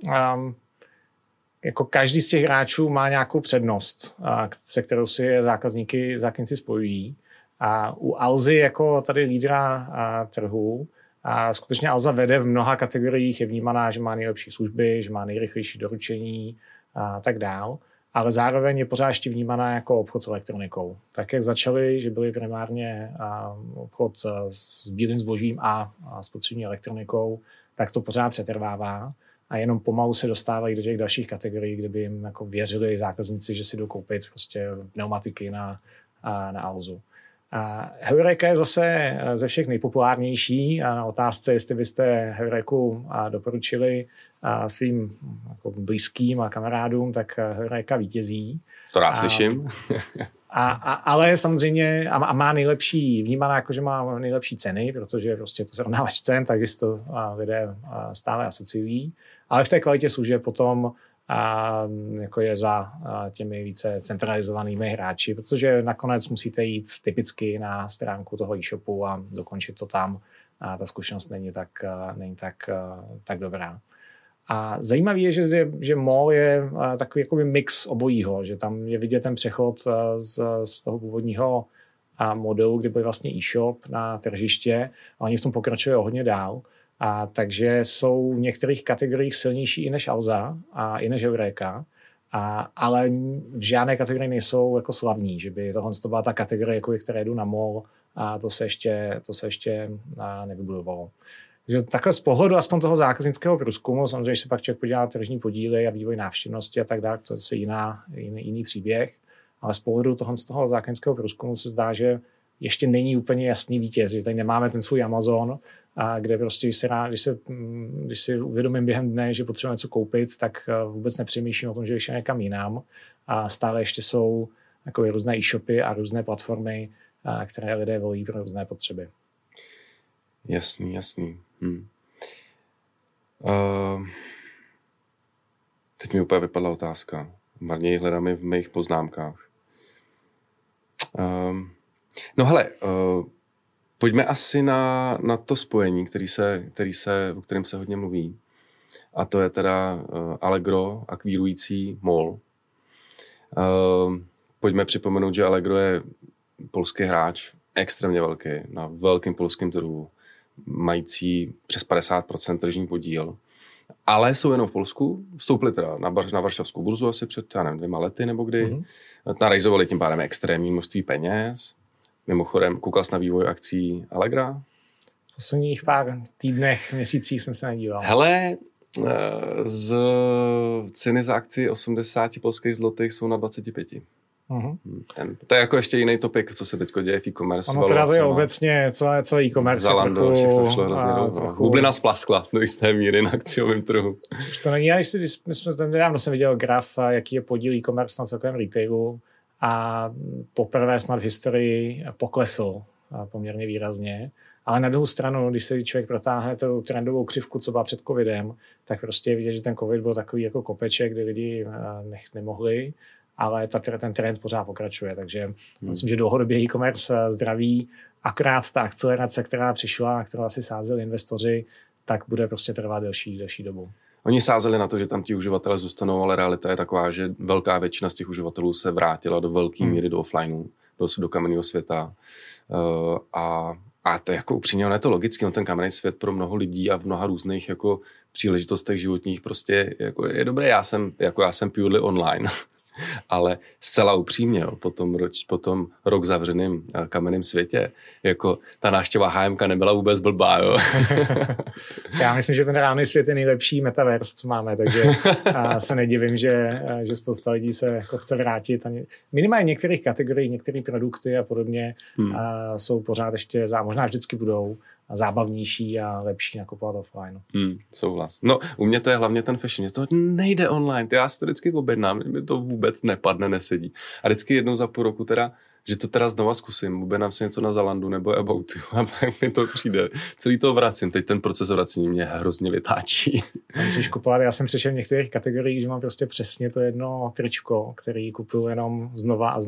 jako každý z těch hráčů má nějakou přednost, se kterou si zákazníci spojují. A u Alzy jako tady lídra trhu a skutečně Alza vede v mnoha kategoriích, je vnímaná, že má nejlepší služby, že má nejrychlejší doručení a tak dál, ale zároveň je pořád ještě vnímaná jako obchod s elektronikou. Tak jak začali, že byli primárně obchod s bílým zbožím a spotřební elektronikou, tak to pořád přetrvává a jenom pomalu se dostávají do těch dalších kategorií, kde by jim jako věřili zákazníci, že si jdou koupit prostě pneumatiky na Alzu. A Heureka je zase ze všech nejpopulárnější a na otázce, jestli byste Heureku doporučili svým jako blízkým a kamarádům, tak Heureka vítězí. To rád slyším. Ale samozřejmě a má nejlepší, vnímaná jako, že má nejlepší ceny, protože prostě to srovnávač cen, takže si to lidé stále asociují. Ale v té kvalitě služeb potom jako je za těmi více centralizovanými hráči, protože nakonec musíte jít typicky na stránku toho e-shopu a dokončit to tam a ta zkušenost není tak dobrá. A zajímavé je, že MOL je takový jakoby mix obojího, že tam je vidět ten přechod z toho původního modelu, kdy byl vlastně e-shop na tržiště a oni v tom pokračují hodně dál. Takže jsou v některých kategoriích silnější i než Alza a i než Heureka, ale v žádné kategorii nejsou jako slavní, že by tohle byla ta kategorie, jako které jdu na MOL a to se ještě nevybudovalo. Takže takhle z pohledu aspoň toho zákaznického průzkumu, samozřejmě, když se pak člověk podívá na tržní podíly a vývoj návštěvnosti a tak dále, to je jiný příběh, ale z pohledu z toho zákaznického průzkumu se zdá, že ještě není úplně jasný vítěz, že tady nemáme ten svůj Amazon, a kde prostě, když si uvědomím během dne, že potřebuji něco koupit, tak vůbec nepřemýšlím o tom, že ještě někam jinam. A stále ještě jsou takové různé e-shopy a různé platformy, které lidé volí pro různé potřeby. Jasný. Teď mi úplně vypadla otázka. Marně ji hledám v mých poznámkách. No hele, pojďme asi na to spojení, o kterém se hodně mluví. A to je teda Allegro akvírující MOL. Pojďme připomenout, že Allegro je polský hráč, extrémně velký, na velkém polském trhu, mající přes 50% tržní podíl. Ale jsou jenom v Polsku, vstoupili teda na varšavskou burzu asi před 2 lety nebo kdy. Narejzovali tím pádem extrémní množství peněz. Mimochodem, koukal jsi na vývoj akcí Allegra? V posledních pár týdnech, měsících jsem se nedíval. Hele, z ceny za akci 80 polských zlotých jsou na 25. To je jako ještě jiný topik, co se teď děje v e-commerce. Ono teda to je obecně celé e-commerce. Zalando, všechno šlo hrozně dlouho. Bublina splaskla do jisté míry na akciovém trhu. Už to není, nedávno jsem viděl graf, jaký je podíl e-commerce na celkovém retailu a poprvé snad v historii poklesl poměrně výrazně. Ale na druhou stranu, když se člověk protáhne tu trendovou křivku, co byla před covidem, tak prostě je vidět, že ten covid byl takový jako kopeček, kde lidi nemohli, ale ten trend pořád pokračuje. Takže myslím, že dlouhodobě e-commerce zdraví, akorát ta akcelerace, která přišla, kterou asi sázeli investoři, tak bude prostě trvat delší dobu. Oni sázeli na to, že tam ti uživatelé zůstanou, ale realita je taková, že velká většina z těch uživatelů se vrátila do velké míry do offlineu, do kamenného světa. A to je jako upřímně, on je to logicky, ten kamenný svět pro mnoho lidí a v mnoha různých jako příležitostech životních prostě jako je dobré, já jsem purely online. Ale zcela upřímně, po tom rok zavřeným kamenném světě, jako ta návštěva HMK nebyla vůbec blbá, jo. Já myslím, že ten reálný svět je nejlepší metaverse, co máme, takže se nedivím, že spousta lidí se jako chce vrátit. Minimálně některých kategorií, některé produkty a podobně jsou pořád ještě, možná vždycky budou zábavnější a lepší nakupovat offline. Souhlas. No, u mě to je hlavně ten fashion. Mě to nejde online. Já si to vždycky objednám, mi to vůbec nepadne, nesedí. A vždycky jednou za půl roku teda, že to teda znova zkusím, objednám si něco na Zalandu nebo About You a pak mi to přijde. Celý to vracím. Teď ten proces vracení mě hrozně vytáčí. Můžeš kupovat, já jsem přišel v některých kategoriích, že mám prostě přesně to jedno tričko, který kupuju jenom znova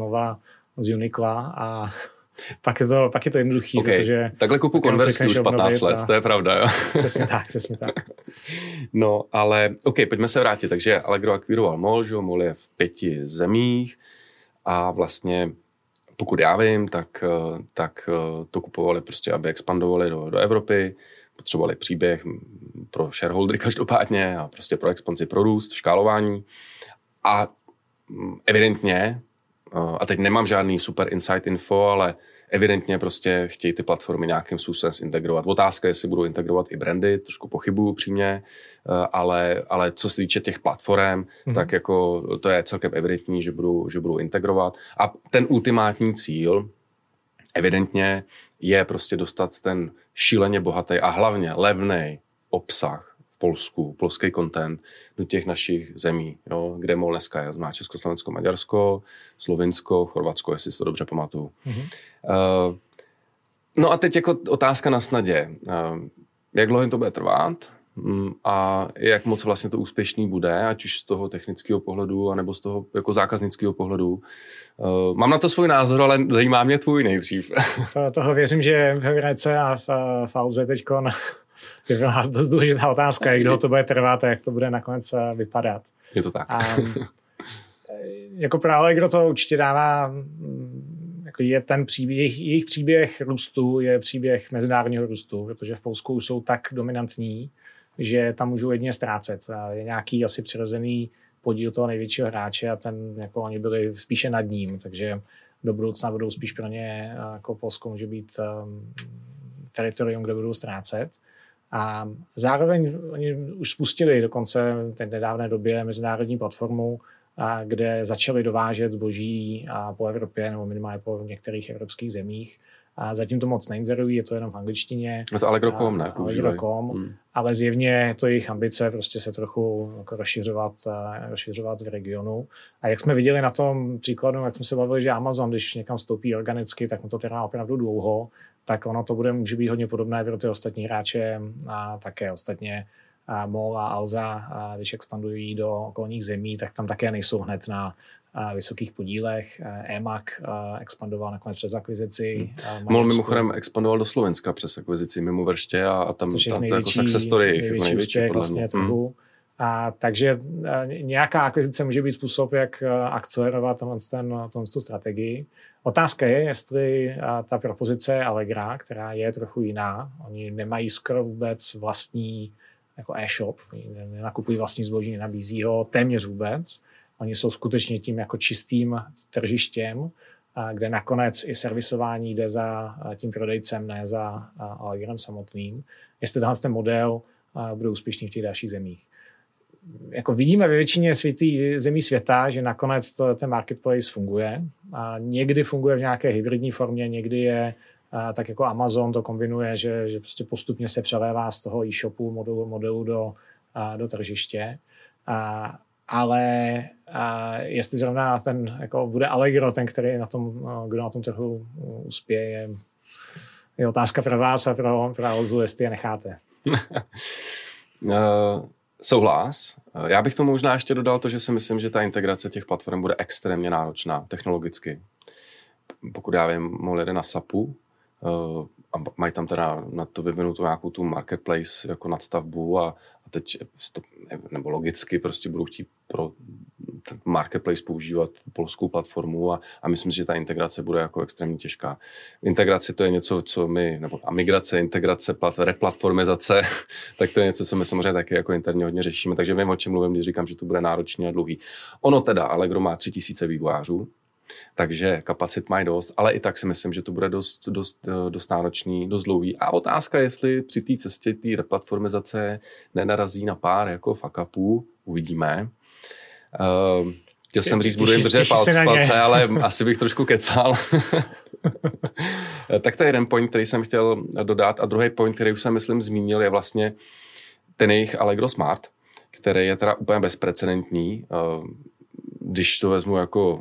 z Uniqla a pak je to jednoduchý, okay. Protože... Takhle kupu Conversky už 15 let, to je pravda, jo? Přesně tak. No, ale pojďme se vrátit. Takže Allegro akvíroval MOL, že MOL je v 5 zemích a vlastně, pokud já vím, tak to kupovali prostě, aby expandovali do Evropy, potřebovali příběh pro shareholdery každopádně a prostě pro expanzi, pro růst, škálování a evidentně, a teď nemám žádný super insight info, ale evidentně prostě chtějí ty platformy nějakým způsobem integrovat. Otázka je, jestli budou integrovat i brandy, trošku pochybuju přímě, ale co se týče těch platform, tak jako to je celkem evidentní, že budou integrovat. A ten ultimátní cíl evidentně je prostě dostat ten šíleně bohatý a hlavně levný obsah v Polsku, polský content do těch našich zemí, jo, kde MOL dneska je. Má Česko, Slovensko, Maďarsko, Slovinsko, Chorvatsko, jestli si to dobře pamatuju. No a teď jako otázka na snadě. Jak dlouho to bude trvat a jak moc vlastně to úspěšný bude, ať už z toho technického pohledu, anebo z toho jako zákaznického pohledu. Mám na to svůj názor, ale zajímá mě tvůj nejdřív. Toho věřím, že v Hradce a v Alze teďko je pro nás dost důležitá otázka, jak dlouho to bude trvat a jak to bude nakonec vypadat. Je to tak. Jako pro Allegro to určitě dává, jako je ten příběh, jejich příběh růstu je příběh mezinárodního růstu, protože v Polsku už jsou tak dominantní, že tam můžou jedině ztrácet. Je nějaký asi přirozený podíl toho největšího hráče a ten, jako oni byli spíše nad ním, takže do budoucna budou spíš pro ně, jako Polsko může být teritorium, kde budou ztrácet. A zároveň oni už spustili dokonce v té nedávné době mezinárodní platformu, kde začali dovážet zboží po Evropě nebo minimálně po některých evropských zemích. A zatím to moc neinzerují, je to jenom v angličtině. Je to Allegro.com, ne? Allegro.com, ale zjevně to jejich ambice prostě se trochu jako rozšiřovat v regionu. A jak jsme viděli na tom příkladu, jak jsme se bavili, že Amazon, když někam vstoupí organicky, tak mu to trvá opravdu dlouho, tak ono to může být hodně podobné pro ty ostatní hráče a také ostatně MOL a Alza, když expandují do okolních zemí, tak tam také nejsou hned na vysokých podílech. EMAG expandoval nakonec přes akvizici. MOL mimochodem expandoval do Slovenska přes akvizici mimo Vrště a tam to jako success story největší úspěch vlastně trhu. Takže nějaká akvizice může být způsob, jak akcelerovat tu strategii. Otázka je, jestli ta propozice Allegra, která je trochu jiná, oni nemají skoro vůbec vlastní jako e-shop, nenakupují vlastní zboží, nenabízí ho téměř vůbec. Oni jsou skutečně tím jako čistým tržištěm, kde nakonec i servisování jde za tím prodejcem, ne za Allegrem samotným. Jestli ten model bude úspěšný v těch dalších zemích. Jako vidíme ve většině zemí světa, že nakonec ten marketplace funguje. Někdy funguje v nějaké hybridní formě, někdy je tak jako Amazon to kombinuje, že prostě postupně se přelévá z toho e-shopu modelu do tržiště. Ale jestli zrovna ten jako bude Allegro, ten, který kdo na tom trhu uspěje, je otázka pro vás a pro Alzu, jestli je necháte. Souhlas. Já bych tomu možná ještě dodal to, že si myslím, že ta integrace těch platform bude extrémně náročná technologicky. Pokud já vím, MOL jede na SAPu a mají tam teda na to vyvinutou nějakou tu marketplace jako nadstavbu a teď nebo logicky prostě budou chtít pro ten marketplace používat polskou platformu a myslím si, že ta integrace bude jako extrémně těžká. Integrace to je něco, co my, nebo migrace, integrace, replatformizace, tak to je něco, co my samozřejmě taky jako interně hodně řešíme, takže vím, o čem mluvím, když říkám, že to bude náročný a dlouhý. Ono teda, Allegro má 3000 vývojářů, takže kapacit mají dost, ale i tak si myslím, že to bude dost náročný, dost dlouhý. A otázka, jestli při té cestě té replatformizace nenarazí na pár jako fuck upů, uvidíme. Chtěl jsem říct, budu jim držet palce, ale asi bych trošku kecal. Tak to je jeden point, který jsem chtěl dodat. A druhý point, který už jsem, myslím, zmínil, je vlastně ten jejich Allegro Smart, který je teda úplně bezprecedentní. Když to vezmu jako...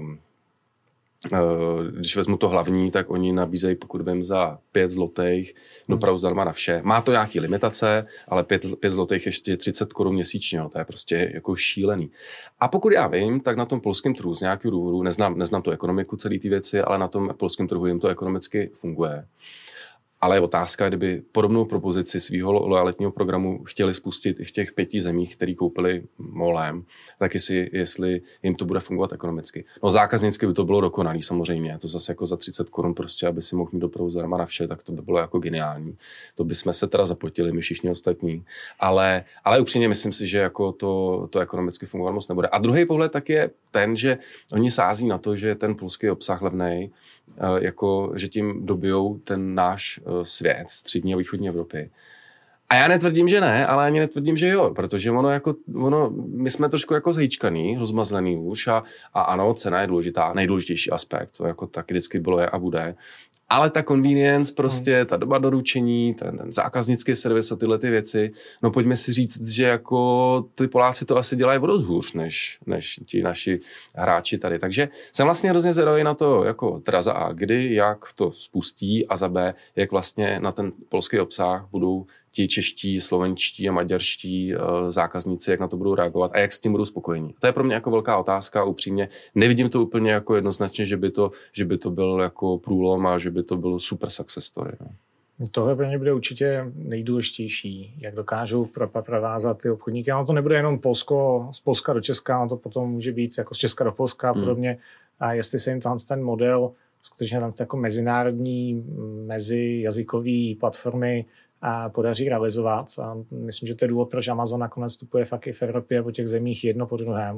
Když vezmu to hlavní, tak oni nabízejí, pokud vím, za 5 zlotých dopravu zdarma na vše. Má to nějaký limitace, ale 5 zlotých ještě 30 korun měsíčně. To je prostě jako šílený. A pokud já vím, tak na tom polském trhu z nějakého důvodu, neznám tu ekonomiku celé ty věci, ale na tom polském trhu jim to ekonomicky funguje. Ale je otázka, kdyby podobnou propozici svého loajalitního programu chtěli spustit i v těch 5 zemích, který koupili MOLem, tak jestli jim to bude fungovat ekonomicky. No zákaznicky by to bylo dokonalý samozřejmě. To zase jako za 30 korun prostě, aby si mohl mít dopravu zdarma na vše, tak to by bylo jako geniální. To bychom se teda zapotili, my všichni ostatní. Ale upřímně myslím si, že jako to ekonomicky fungovat moc nebude. A druhý pohled tak je ten, že oni sází na to, že ten polský obsah levnej, jako, že tím dobijou ten náš svět střední a východní Evropy. A já netvrdím, že ne, ale ani netvrdím, že jo, protože my jsme trošku jako zhýčkaný, rozmazlený už a ano, cena je důležitá, nejdůležitější aspekt, to jako tak vždycky bylo, je a bude. Ale ta convenience, prostě ta doba doručení, ten zákaznický servis a tyhle ty věci, no pojďme si říct, že jako ty Poláci to asi dělají o dost hůř, než ti naši hráči tady. Takže jsem vlastně hrozně zvědavý na to, jako teda za A, kdy, jak to spustí a za B, jak vlastně na ten polský obsah budou ti čeští, slovenští a maďarští zákazníci, jak na to budou reagovat a jak s tím budou spokojení. To je pro mě jako velká otázka, upřímně. Nevidím to úplně jako jednoznačně, že by to byl jako průlom a že by to byl super success story. No. Tohle pro mě bude určitě nejdůležitější, jak dokážou provázat ty obchodníky. Ono to nebude jenom z Polska do Česka, ono to potom může být jako z Česka do Polska a podobně. A jestli se jim ten model skutečně jako mezinárodní, mezijazykový platformy a podaří realizovat. A myslím, že to je důvod, proč Amazon nakonec vstupuje fakt i v Evropě po těch zemích jedno po druhém.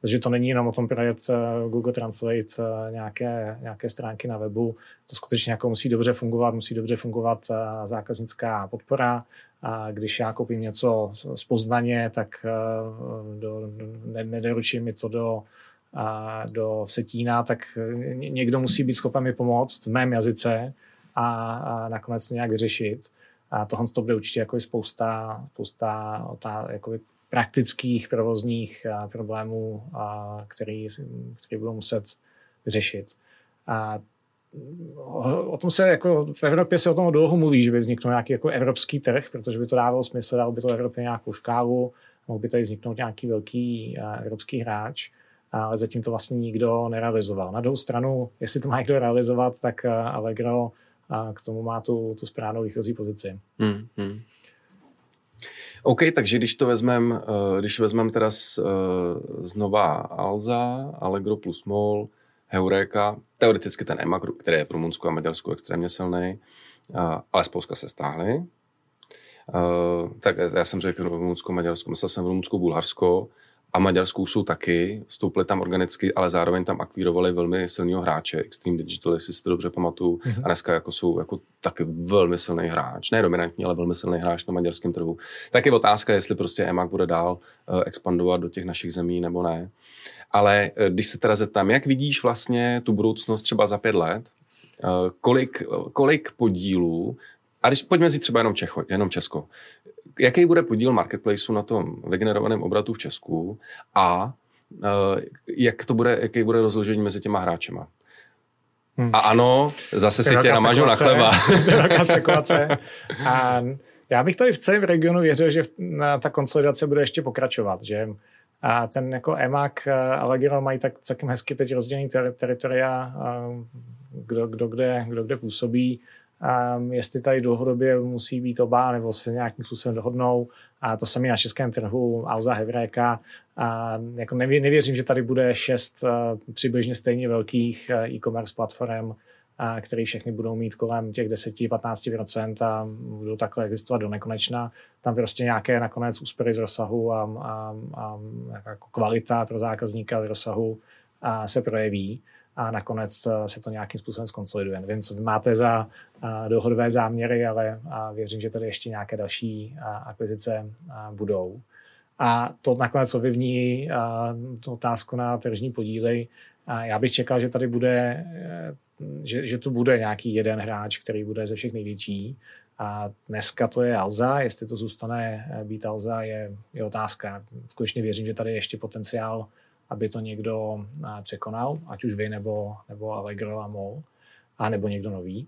protože to není jenom o tom projet Google Translate nějaké stránky na webu, to skutečně jako musí dobře fungovat zákaznická podpora. A když já koupím něco z Poznaně, tak nedoručím mi to do Vsetína, tak někdo musí být schopen mi pomoct v mém jazyce a nakonec to nějak vyřešit. A tohle to bude určitě jako spousta jako praktických provozních problémů, který budou muset vyřešit. A o tom se jako v Evropě se o tom dlouho mluví, že by vzniknul nějaký jako evropský trh, protože by to dávalo smysl, dalo by to v Evropě nějakou škálu, mohl by tady vzniknout nějaký velký evropský hráč, ale zatím to vlastně nikdo nerealizoval. Na druhou stranu, jestli to má někdo realizovat, tak Allegro k tomu má tu správnou výchozí pozici. OK, takže když vezmem teda znova Alza, Allegro plus MOL, Heureka, teoreticky ten EMA Group, který je v Rumunsku a Maďarsku extrémně silný, ale z Polska se stáhly. Tak já jsem řekl Rumunsko, Maďarsko, myslel jsem Rumunsko, Bulharsko a Maďarsku už jsou taky, vstoupili tam organicky, ale zároveň tam akvírovali velmi silného hráče, Extreme Digital, jestli si to dobře pamatuju, a dneska jsou taky velmi silný hráč, ne dominantní, ale velmi silný hráč na maďarském trhu. Tak je otázka, jestli prostě EMAG bude dál expandovat do těch našich zemí nebo ne. Ale když se teda zeptám, jak vidíš vlastně tu budoucnost třeba za 5 let, kolik podílů, a když pojďme si třeba jenom Česko, jaký bude podíl marketplaceu na tom vygenerovaném obratu v Česku a jaký bude rozložení mezi těma hráčema? A ano, zase si tě namažu na chleba. To je velká spekulace. A já bych tady v celém regionu věřil, že ta konsolidace bude ještě pokračovat, že a ten jako EMAG a Allegro mají tak celkem hezky teď rozdělený teritoria, kdo kde působí. Jestli tady dlouhodobě musí být oba, nebo se nějakým způsobem dohodnou. A to samé na českém trhu, Alza, Heureka. Jako nevěřím, že tady bude 6 přibližně stejně velkých e-commerce platform, které všechny budou mít kolem těch 10-15% a budou takhle existovat do nekonečna. Tam prostě nějaké nakonec úspory z rozsahu a jako kvalita pro zákazníka z rozsahu se projeví a nakonec se to nějakým způsobem skonsoliduje. Nevím, co vy máte za dlouhodobé záměry, ale věřím, že tady ještě nějaké další akvizice budou. A to nakonec ovlivní tu otázku na tržní podíly. Já bych čekal, že tady bude, že tu bude nějaký jeden hráč, který bude ze všech největší. A dneska to je Alza, jestli to zůstane být Alza, je otázka. Skutečně věřím, že tady je ještě potenciál, aby to někdo překonal, ať už vy, nebo Allegro a MOL, a nebo někdo nový.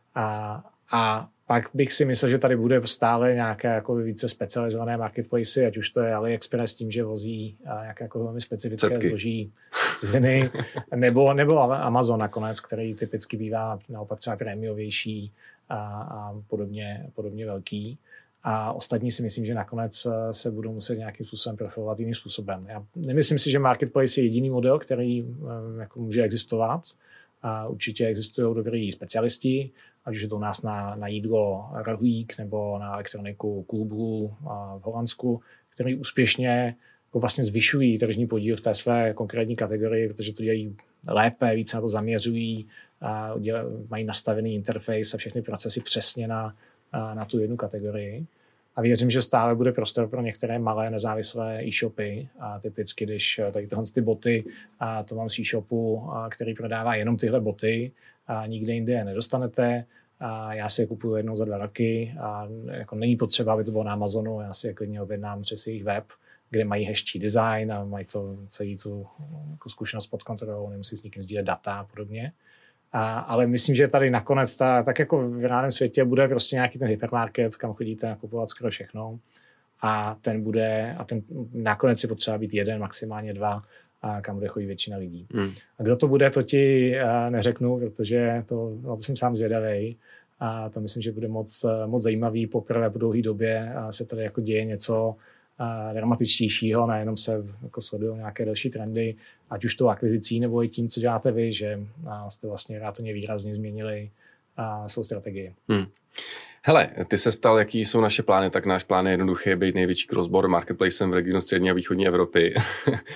A pak bych si myslel, že tady bude stále nějaké jako více specializované marketplace, ať už to je AliExpress tím, že vozí nějaké jako velmi specifické zboží ciziny, nebo Amazon nakonec, který typicky bývá naopak třeba prémiovější a podobně velký. A ostatní si myslím, že nakonec se budou muset nějakým způsobem profilovat jiným způsobem. Já nemyslím si, že marketplace je jediný model, který jako může existovat. A určitě existují dobrý specialisti, ať už je to u nás na jídlo Rohlík nebo na elektroniku Klubu v Holandsku, který úspěšně jako vlastně zvyšují tržní podíl v té své konkrétní kategorii, protože to dělají lépe, více na to zaměřují, mají nastavený interface a všechny procesy přesně na tu jednu kategorii. A věřím, že stále bude prostor pro některé malé nezávislé e-shopy. A typicky, když tady tyhle ty boty, to mám z e-shopu, který prodává jenom tyhle boty, a nikde jinde je nedostanete. A já si je kupuju jednou za 2 roky a jako není potřeba, aby to bylo na Amazonu. Já si je klidně objednám přes jejich web, kde mají hezčí design a mají to celý tu jako zkušenost pod kontrolou, nemusí s nikým sdílet data a podobně. Ale myslím, že tady nakonec tak jako v reálném světě bude prostě nějaký ten hypermarket, kam chodíte nakupovat skoro všechno a ten nakonec je potřeba být 1, maximálně 2, a kam bude chodit většina lidí. A kdo to bude, to ti neřeknu, protože to jsem sám zvědavej a to myslím, že bude moc zajímavý. Poprvé po dlouhé době se tady jako děje něco dramatičtějšího, nejenom se jako sledují nějaké další trendy, ať už tou akvizicí nebo i tím, co děláte vy, že jste vlastně relativně výrazně změnili svou strategii. Hele, ty se ptal, jaký jsou naše plány, tak náš plán je jednoduchý, být největší cross-border marketplacem v regionu střední a východní Evropy.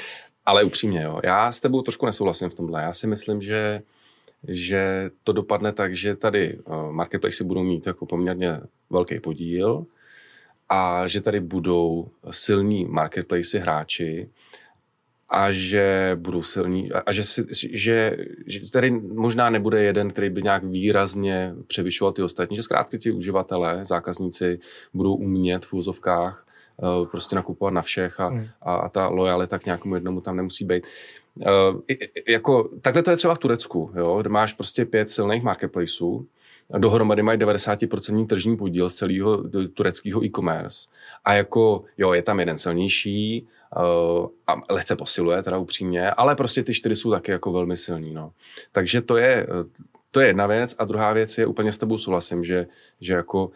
Ale upřímně, jo, já s tebou trošku nesouhlasím v tomhle. Já si myslím, že to dopadne tak, že tady marketplace budou mít jako poměrně velký podíl a že tady budou silní marketplace hráči a že budou silní a že tady možná nebude jeden, který by nějak výrazně převyšoval ty ostatní, že zkrátka ti uživatelé, zákazníci budou umět v úzovkách prostě nakupovat na všech a ta lojalita k nějakému jednomu tam nemusí být. Jako, takhle to je třeba v Turecku, jo, kde máš prostě 5 silných marketplaceů, dohromady mají 90% tržní podíl z celého tureckého e-commerce a jako, jo, je tam jeden silnější a lehce posiluje, teda upřímně, ale prostě ty 4 jsou taky jako velmi silní, no. Takže to je jedna věc a druhá věc je, úplně s tebou souhlasím, že jako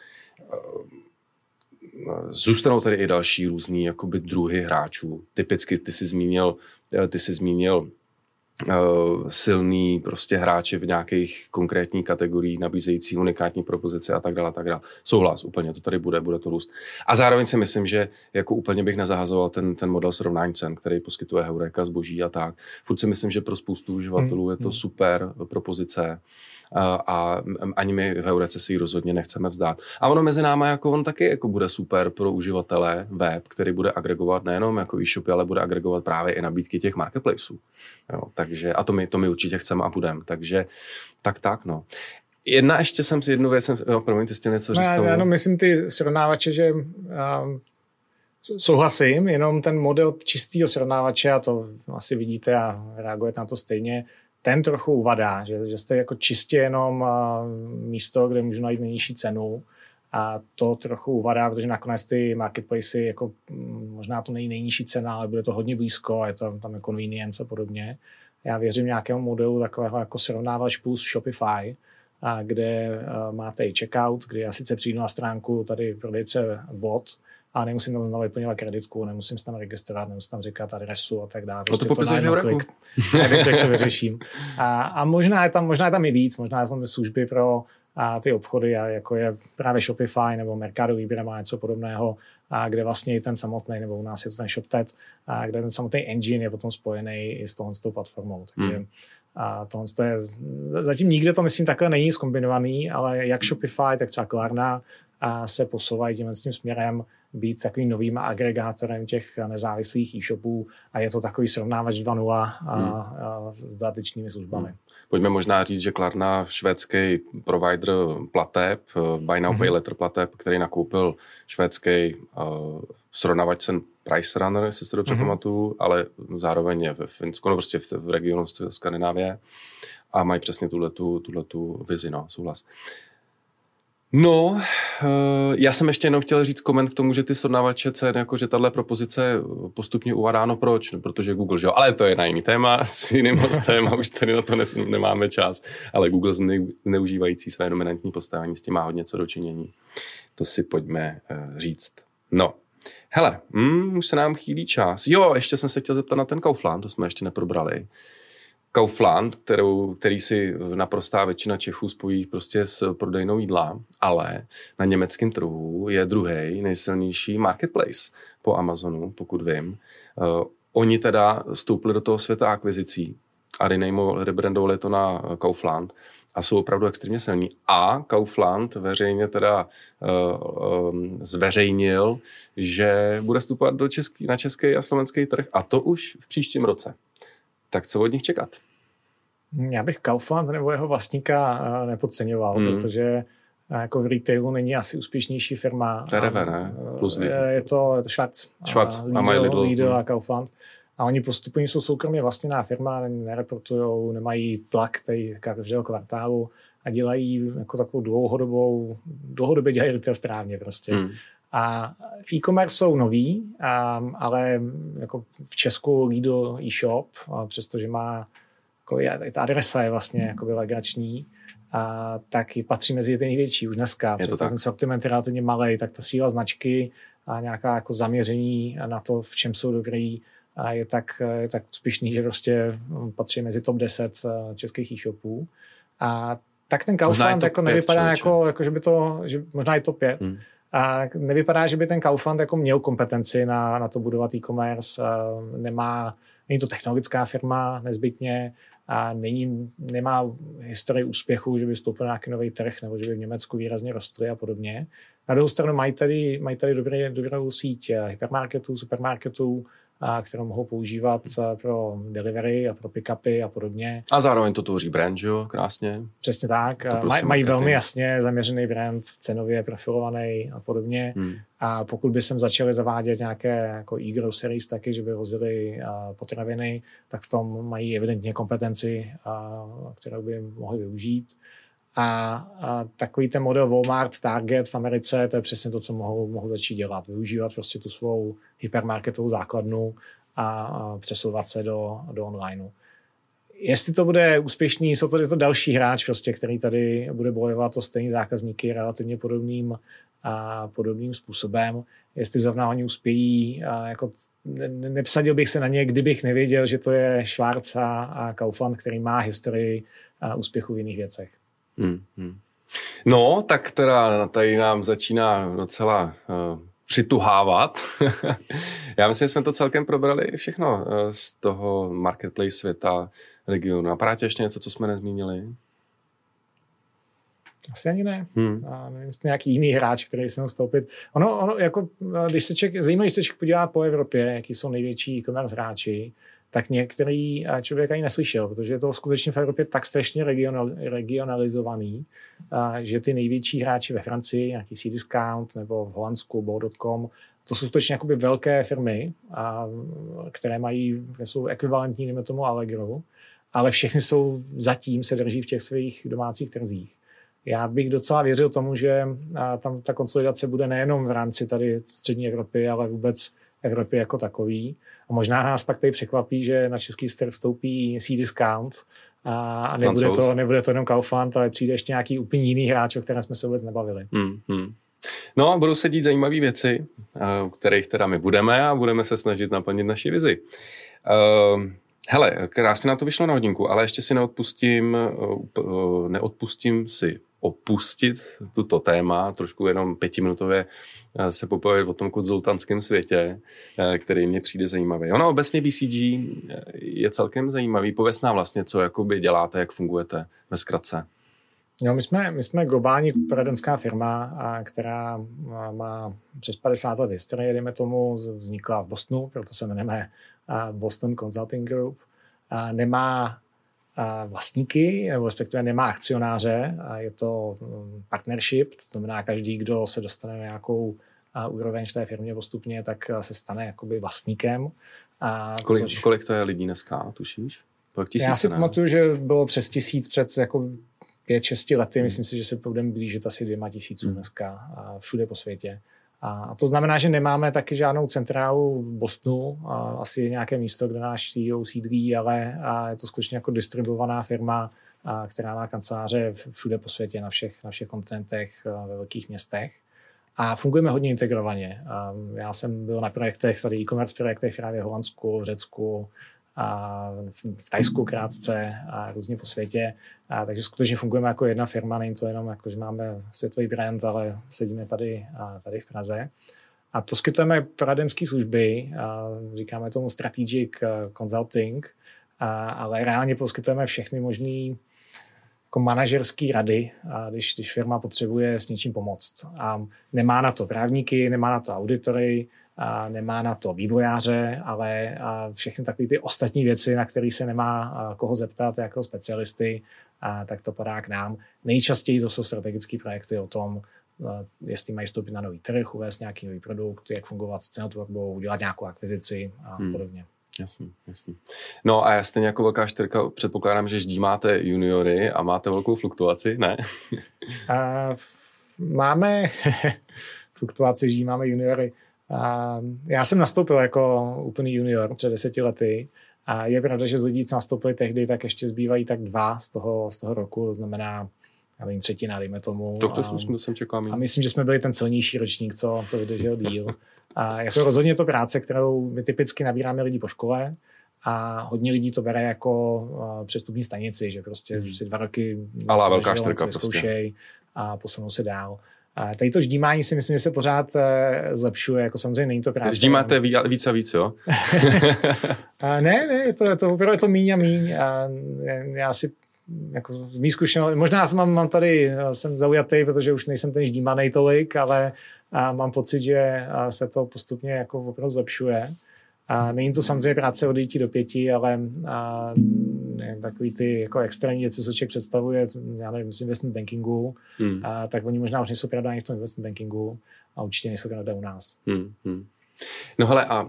zůstanou tady i další různý jakoby druhy hráčů. Typicky ty jsi zmínil silný prostě hráči v nějakých konkrétních kategoriích, nabízející unikátní propozice a tak dále, tak dále. Souhlas, úplně, to tady bude to růst. A zároveň si myslím, že jako úplně bych nezahazoval ten model srovnání cen, který poskytuje Heureka, zboží a tak. Furt si myslím, že pro spoustu uživatelů je to super propozice a ani my v Heurece si ji rozhodně nechceme vzdát. A ono mezi náma jako on taky jako bude super pro uživatele web, který bude agregovat nejenom jako e-shopy, ale bude agregovat právě i nabídky těch marketplaceů. Jo, takže a to my určitě chceme a budeme. Takže tak no. Jednu věc jsem, promiň, ty jsi něco říct. No, myslím ty srovnávače, že souhlasím, jenom ten model čistého srovnávače, a to asi vidíte a reagujete na to stejně, ten trochu uvadá, že jste jako čistě jenom místo, kde můžu najít nejnižší cenu a to trochu uvadá, protože nakonec ty marketplacy jako možná to není nejnižší cena, ale bude to hodně blízko a je to tam jako convenience a podobně. Já věřím nějakému modelu takového jako srovnávač plus Shopify, kde máte i checkout, kdy já sice přijdu na stránku tady prodejce bot, a nemusím tam znovu vyplňovat kreditku, nemusím se tam registrovat, nemusím tam říkat adresu a tak dále. No to popisuješ Heureku. Tak to vyřeším. A možná je tam i víc, možná jsou tam služby pro ty obchody, jako je právě Shopify nebo Mercado Libre má něco podobného, kde vlastně i ten samotný, nebo u nás je to ten ShopTet, kde ten samotný engine je potom spojený i s tou platformou. Takže tohle je, zatím nikde to, myslím, takhle není zkombinovaný, ale jak Shopify, tak třeba Klarna se posouvají tím směrem být takovým novým agregátorem těch nezávislých e-shopů a je to takový srovnávač 2.0 s dodatečnými službami. Pojďme možná říct, že Klarna, švédský provider plateb, Buy Now Pay Later plateb, který nakoupil švédský srovnávač cen Price Runner, jestli se dobře pamatuju, ale zároveň je ve Finsku, no prostě v regionu Skandinávie a mají přesně tuhletu vizi, no, souhlas. No, já jsem ještě jenom chtěl říct koment k tomu, že ty srovnávače cen, jako že tahle propozice postupně uvadáno proč, no, protože Google, že jo, ale to je na jiný téma, s jiným hostem a už tady na to nemáme čas, ale Google zneužívající své dominantní postavení s tím má hodně co dočinění. To si pojďme říct. No, hele, už se nám chýlí čas. Jo, ještě jsem se chtěl zeptat na ten Kaufland, to jsme ještě neprobrali. Kaufland, který si naprostá většina Čechů spojí prostě s prodejnou jídla, ale na německém trhu je druhý nejsilnější marketplace po Amazonu, pokud vím. Oni teda vstoupili do toho světa akvizicí a rebrandovali to na Kaufland a jsou opravdu extrémně silní. A Kaufland veřejně teda zveřejnil, že bude vstupovat na český a slovenský trh a to už v příštím roce. Tak co od nich čekat? Já bych Kaufland nebo jeho vlastníka nepodceňoval, protože jako v retailu není asi úspěšnější firma. TRV, ne? Plus je to Schwarz. A mají Lidl a Kaufland. A oni postupně jsou soukromě vlastněná firma, nereportujou, nemají tlak každého kvartálu a dělají jako takovou dlouhodobě dělají retail správně prostě. A v e-commerce jsou noví, ale jako v Česku Lidl e-shop, přestože má, jako ta adresa je vlastně jako legrační, tak patří mezi ty největší už dneska. Přesto ten sortiment je relativně malej, tak ta síla značky a nějaká jako zaměření na to, v čem jsou dobrý, je tak úspěšný, že prostě patří mezi top 10 českých e-shopů. A tak ten Kaufland jako nevypadá jako že by to, že možná je top 5. A nevypadá, že by ten Kaufland jako měl kompetenci na to budovat e-commerce, nemá Není to technologická firma nezbytně a nemá historii úspěchu, že by vstoupil na nějaký nový trh nebo že by v Německu výrazně rostly a podobně. Na druhou stranu mají tady dobrou síť hypermarketů, supermarketů, kterou mohou používat pro delivery a pro pick-upy a podobně. A zároveň to tvoří brand, že jo? Krásně. Přesně tak. Mají velmi jasně zaměřený brand, cenově profilovaný a podobně. A pokud by sem začali zavádět nějaké jako e-groceries taky, že by vozili potraviny, tak v tom mají evidentně kompetenci, kterou by mohli využít. A takový ten model Walmart, Target v Americe, to je přesně to, co mohou začít dělat. Využívat prostě tu svou hypermarketovou základnu a přesouvat se do onlineu. Jestli to bude úspěšný, je to další hráč, prostě, který tady bude bojovat o stejný zákazníky relativně podobným způsobem. Jestli zrovna oni uspějí, jako nevsadil bych se na ně, kdybych nevěděl, že to je Schwarz a Kaufland, který má historii úspěchu v jiných věcech. No, tak teda tady nám začíná docela přituhávat. Já myslím, že jsme to celkem probrali všechno z toho marketplace světa, regionu. Napadá tě ještě něco, co jsme nezmínili? Asi ani ne. Nevím, jestli nějaký jiný hráč, který se mnou vstoupit. Ono jako, když se člověk podívá po Evropě, jaký jsou největší e-commerce hráči, tak některý člověk ani neslyšel, protože je to skutečně v Evropě tak strašně regionalizovaný, že ty největší hráči ve Francii, nějaký Cdiscount nebo v Holandsku, Bol.com, to jsou skutečně jakoby velké firmy, které jsou ekvivalentní, dejme tomu Allegro, ale všechny zatím se drží v těch svých domácích trzích. Já bych docela věřil tomu, že tam ta konsolidace bude nejenom v rámci tady střední Evropy, ale vůbec Evropy jako takový. A možná nás pak tady překvapí, že na český trh vstoupí Cdiscount a nebude to jenom Kaufland, ale přijde ještě nějaký úplně jiný hráč, o kterém jsme se vůbec nebavili. No, budou se dít zajímavé věci, o kterých teda my budeme se snažit naplnit naši vizi. Hele, krásně nám to vyšlo na hodinku, ale ještě si neodpustím si opustit tuto téma, trošku jenom 5minutově se popovědět o tom konzultantském světě, který mě přijde zajímavý. Ono obecně BCG je celkem zajímavý. Pověz nám vlastně, co jakoby děláte, jak fungujete ve zkratce. No, my jsme globální poradenská firma, která má přes 50 let historie, dejme tomu, vznikla v Bostonu, proto se jmenujeme Boston Consulting Group. Nemá vlastníky, nebo respektive nemá akcionáře, je to partnership, to znamená každý, kdo se dostane na nějakou úroveň v té firmě postupně, tak se stane jakoby vlastníkem. Kolik to je lidí dneska, tušíš? Já si pamatuju, že bylo přes 1000 před jako 5-6 lety, myslím si, že se budeme blížit asi 2000 dneska všude po světě. A to znamená, že nemáme taky žádnou centrálu v Bostonu, asi je nějaké místo, kde náš CEO sídlí, ale je to skutečně jako distribuovaná firma, která má kanceláře všude po světě, na všech kontinentech, ve velkých městech. A fungujeme hodně integrovaně. Já jsem byl na projektech, tady e-commerce projektech právě v Holandsku, v Řecku, v Thajsku krátce a různě po světě. Takže skutečně fungujeme jako jedna firma, není to jenom jako, že máme světový brand, ale sedíme tady v Praze. A poskytujeme poradenské služby, říkáme tomu strategic consulting, ale reálně poskytujeme všechny možný jako manažerský rady, když firma potřebuje s něčím pomoct. A nemá na to právníky, nemá na to auditory, nemá na to vývojáře, ale všechny takové ty ostatní věci, na které se nemá koho zeptat jako specialisty, tak to podá k nám. Nejčastěji to jsou strategické projekty o tom, jestli mají vstoupit na nový trh, uvést nějaký nový produkt, jak fungovat s cenotvorbou, udělat nějakou akvizici a podobně. Jasný. No a já stejně jako velká čtyřka předpokládám, že vždy máte juniory a máte velkou fluktuaci, ne? Máme fluktuaci, vždy máme juniory. Já jsem nastoupil jako úplný junior před 10 lety a je pravda, že z lidí, co nastoupili tehdy, tak ještě zbývají tak 2 z toho roku, to znamená třetina, dejme tomu. To jsem čekal. A myslím, že jsme byli ten silnější ročník, co vydržel díl. A jako rozhodně to práce, kterou my typicky nabíráme lidi po škole a hodně lidí to bere jako přestupní stanici, že prostě si 2 roky velká čtyřka zkoušej a posunou se dál. A tady to ždímání si myslím, že se pořád zlepšuje, jako samozřejmě není to práce. Ždímáte víc a víc, jo? Ne, je to opravdu to míň a míň. A já si jako z mých zkušeností, možná mám tady, jsem zaujatý, protože už nejsem ten ždímanej tolik, ale mám pocit, že se to postupně jako opravdu zlepšuje. A není to samozřejmě práce od 9 do 5, ale takový ty jako extrémní věci, co člověk představuje, já nevím, myslím investment bankingu, tak oni možná už nejsou pravda v tom investment bankingu a určitě nejsou pravda u nás. No hele, a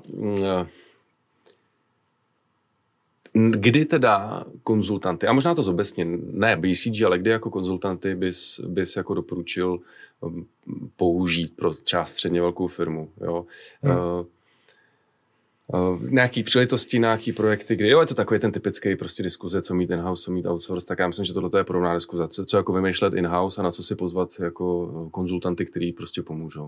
kdy teda konzultanty, a možná to zobecně, ne BCG, ale kdy jako konzultanty bys jako doporučil použít pro třeba středně velkou firmu, jo? Nějaký příležitosti, nějaký projekty, kdy je to takový ten typický prostě diskuze, co mít in-house, co mít outsource, tak já myslím, že tohle je podobná diskuze, co jako vymýšlet in-house a na co si pozvat jako konzultanty, který prostě pomůžou.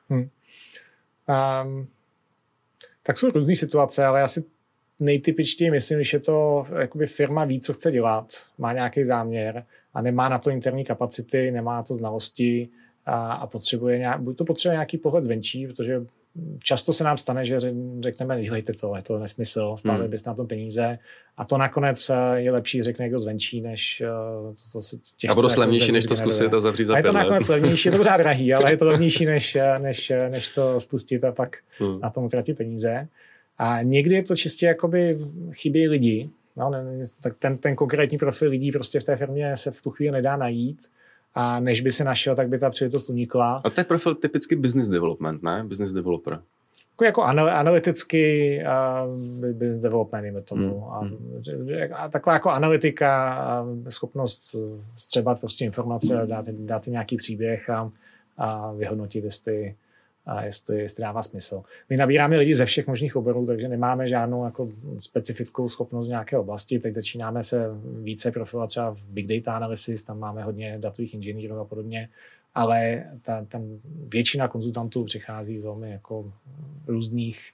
Tak jsou různý situace, ale já si nejtypičtěji myslím, když je to jakoby firma ví, co chce dělat, má nějaký záměr a nemá na to interní kapacity, nemá na to znalosti a buď to potřebuje nějaký pohled zvenčí, protože často se nám stane, že řekneme, nedělejte to, je to nesmysl, spálili byste na tom peníze a to nakonec je lepší, řekne někdo zvenčí, než to se těžce... A budou levnější, než to zkusit a zavřít za 5 let. A je to nakonec levnější, je to pořád drahý, ale je to levnější, než to spustit a pak na tom utratit peníze. A někdy je to čistě jakoby chybí lidi, no, tak ten konkrétní profil lidí prostě v té firmě se v tu chvíli nedá najít. A než by se našel, tak by ta příležitost unikla. A to je profil typicky business development, ne? Business developer. Jako analytický business development, dejme tomu. A taková jako analytika, schopnost střebat prostě informace, dát nějaký příběh a vyhodnotit, jestli dává smysl. My nabíráme lidi ze všech možných oborů, takže nemáme žádnou jako specifickou schopnost v nějaké oblasti. Teď začínáme se více profilovat třeba v big data analysis, tam máme hodně datových inženýrů a podobně, ale většina konzultantů přichází z velmi jako různých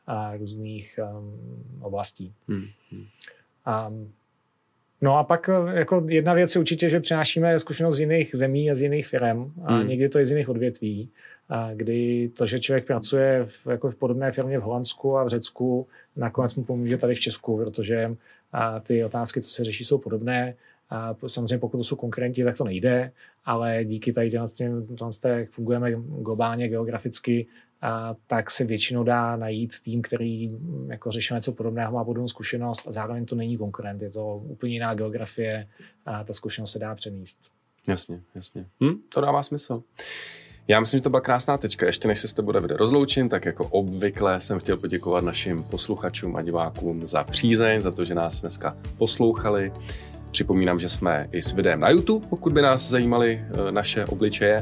oblastí. No a pak jako jedna věc je určitě, že přinášíme zkušenost z jiných zemí a z jiných firm a někdy to je z jiných odvětví, kdy to, že člověk pracuje v podobné firmě v Holandsku a v Řecku, nakonec mu pomůže tady v Česku, protože ty otázky, co se řeší, jsou podobné. A samozřejmě pokud to jsou konkurenti, tak to nejde, ale díky tady jak fungujeme globálně, geograficky, tak se většinou dá najít tým, který jako řešil něco podobného, má podobnou zkušenost a zároveň to není konkurent, je to úplně jiná geografie a ta zkušenost se dá přenést. Jasně. To dává smysl. Já myslím, že to byla krásná tečka. Ještě než se s tebou, Davide, rozloučím, tak jako obvykle jsem chtěl poděkovat našim posluchačům a divákům za přízeň, za to, že nás dneska poslouchali. Připomínám, že jsme i s videem na YouTube, pokud by nás zajímaly naše obličeje.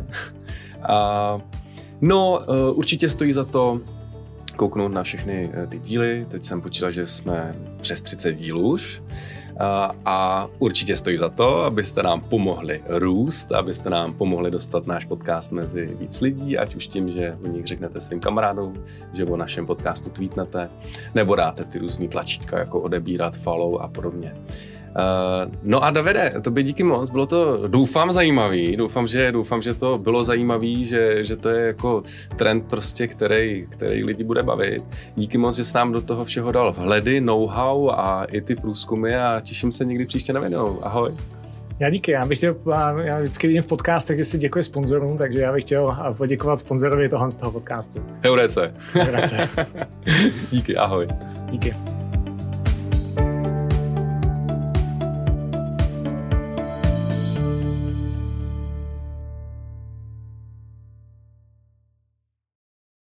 Určitě stojí za to kouknout na všechny ty díly. Teď jsem počítal, že jsme přes 30 dílů už. A určitě stojí za to, abyste nám pomohli růst, abyste nám pomohli dostat náš podcast mezi víc lidí, ať už tím, že o nich řeknete svým kamarádům, že o našem podcastu tweetnete, nebo dáte ty různý tlačítka, jako odebírat, follow a podobně. No a Davide, tobě díky moc, bylo to doufám zajímavý, doufám, že to bylo zajímavý, že to je jako trend prostě, který lidi bude bavit. Díky moc, že jsi nám do toho všeho dal vhledy, know-how a i ty průzkumy a těším se někdy příště na video. Ahoj. Já díky, já vždycky vidím v podcastech, že si děkuji sponzorům, takže já bych chtěl poděkovat sponzorovi z toho podcastu. Heurece. Díky, ahoj. Díky.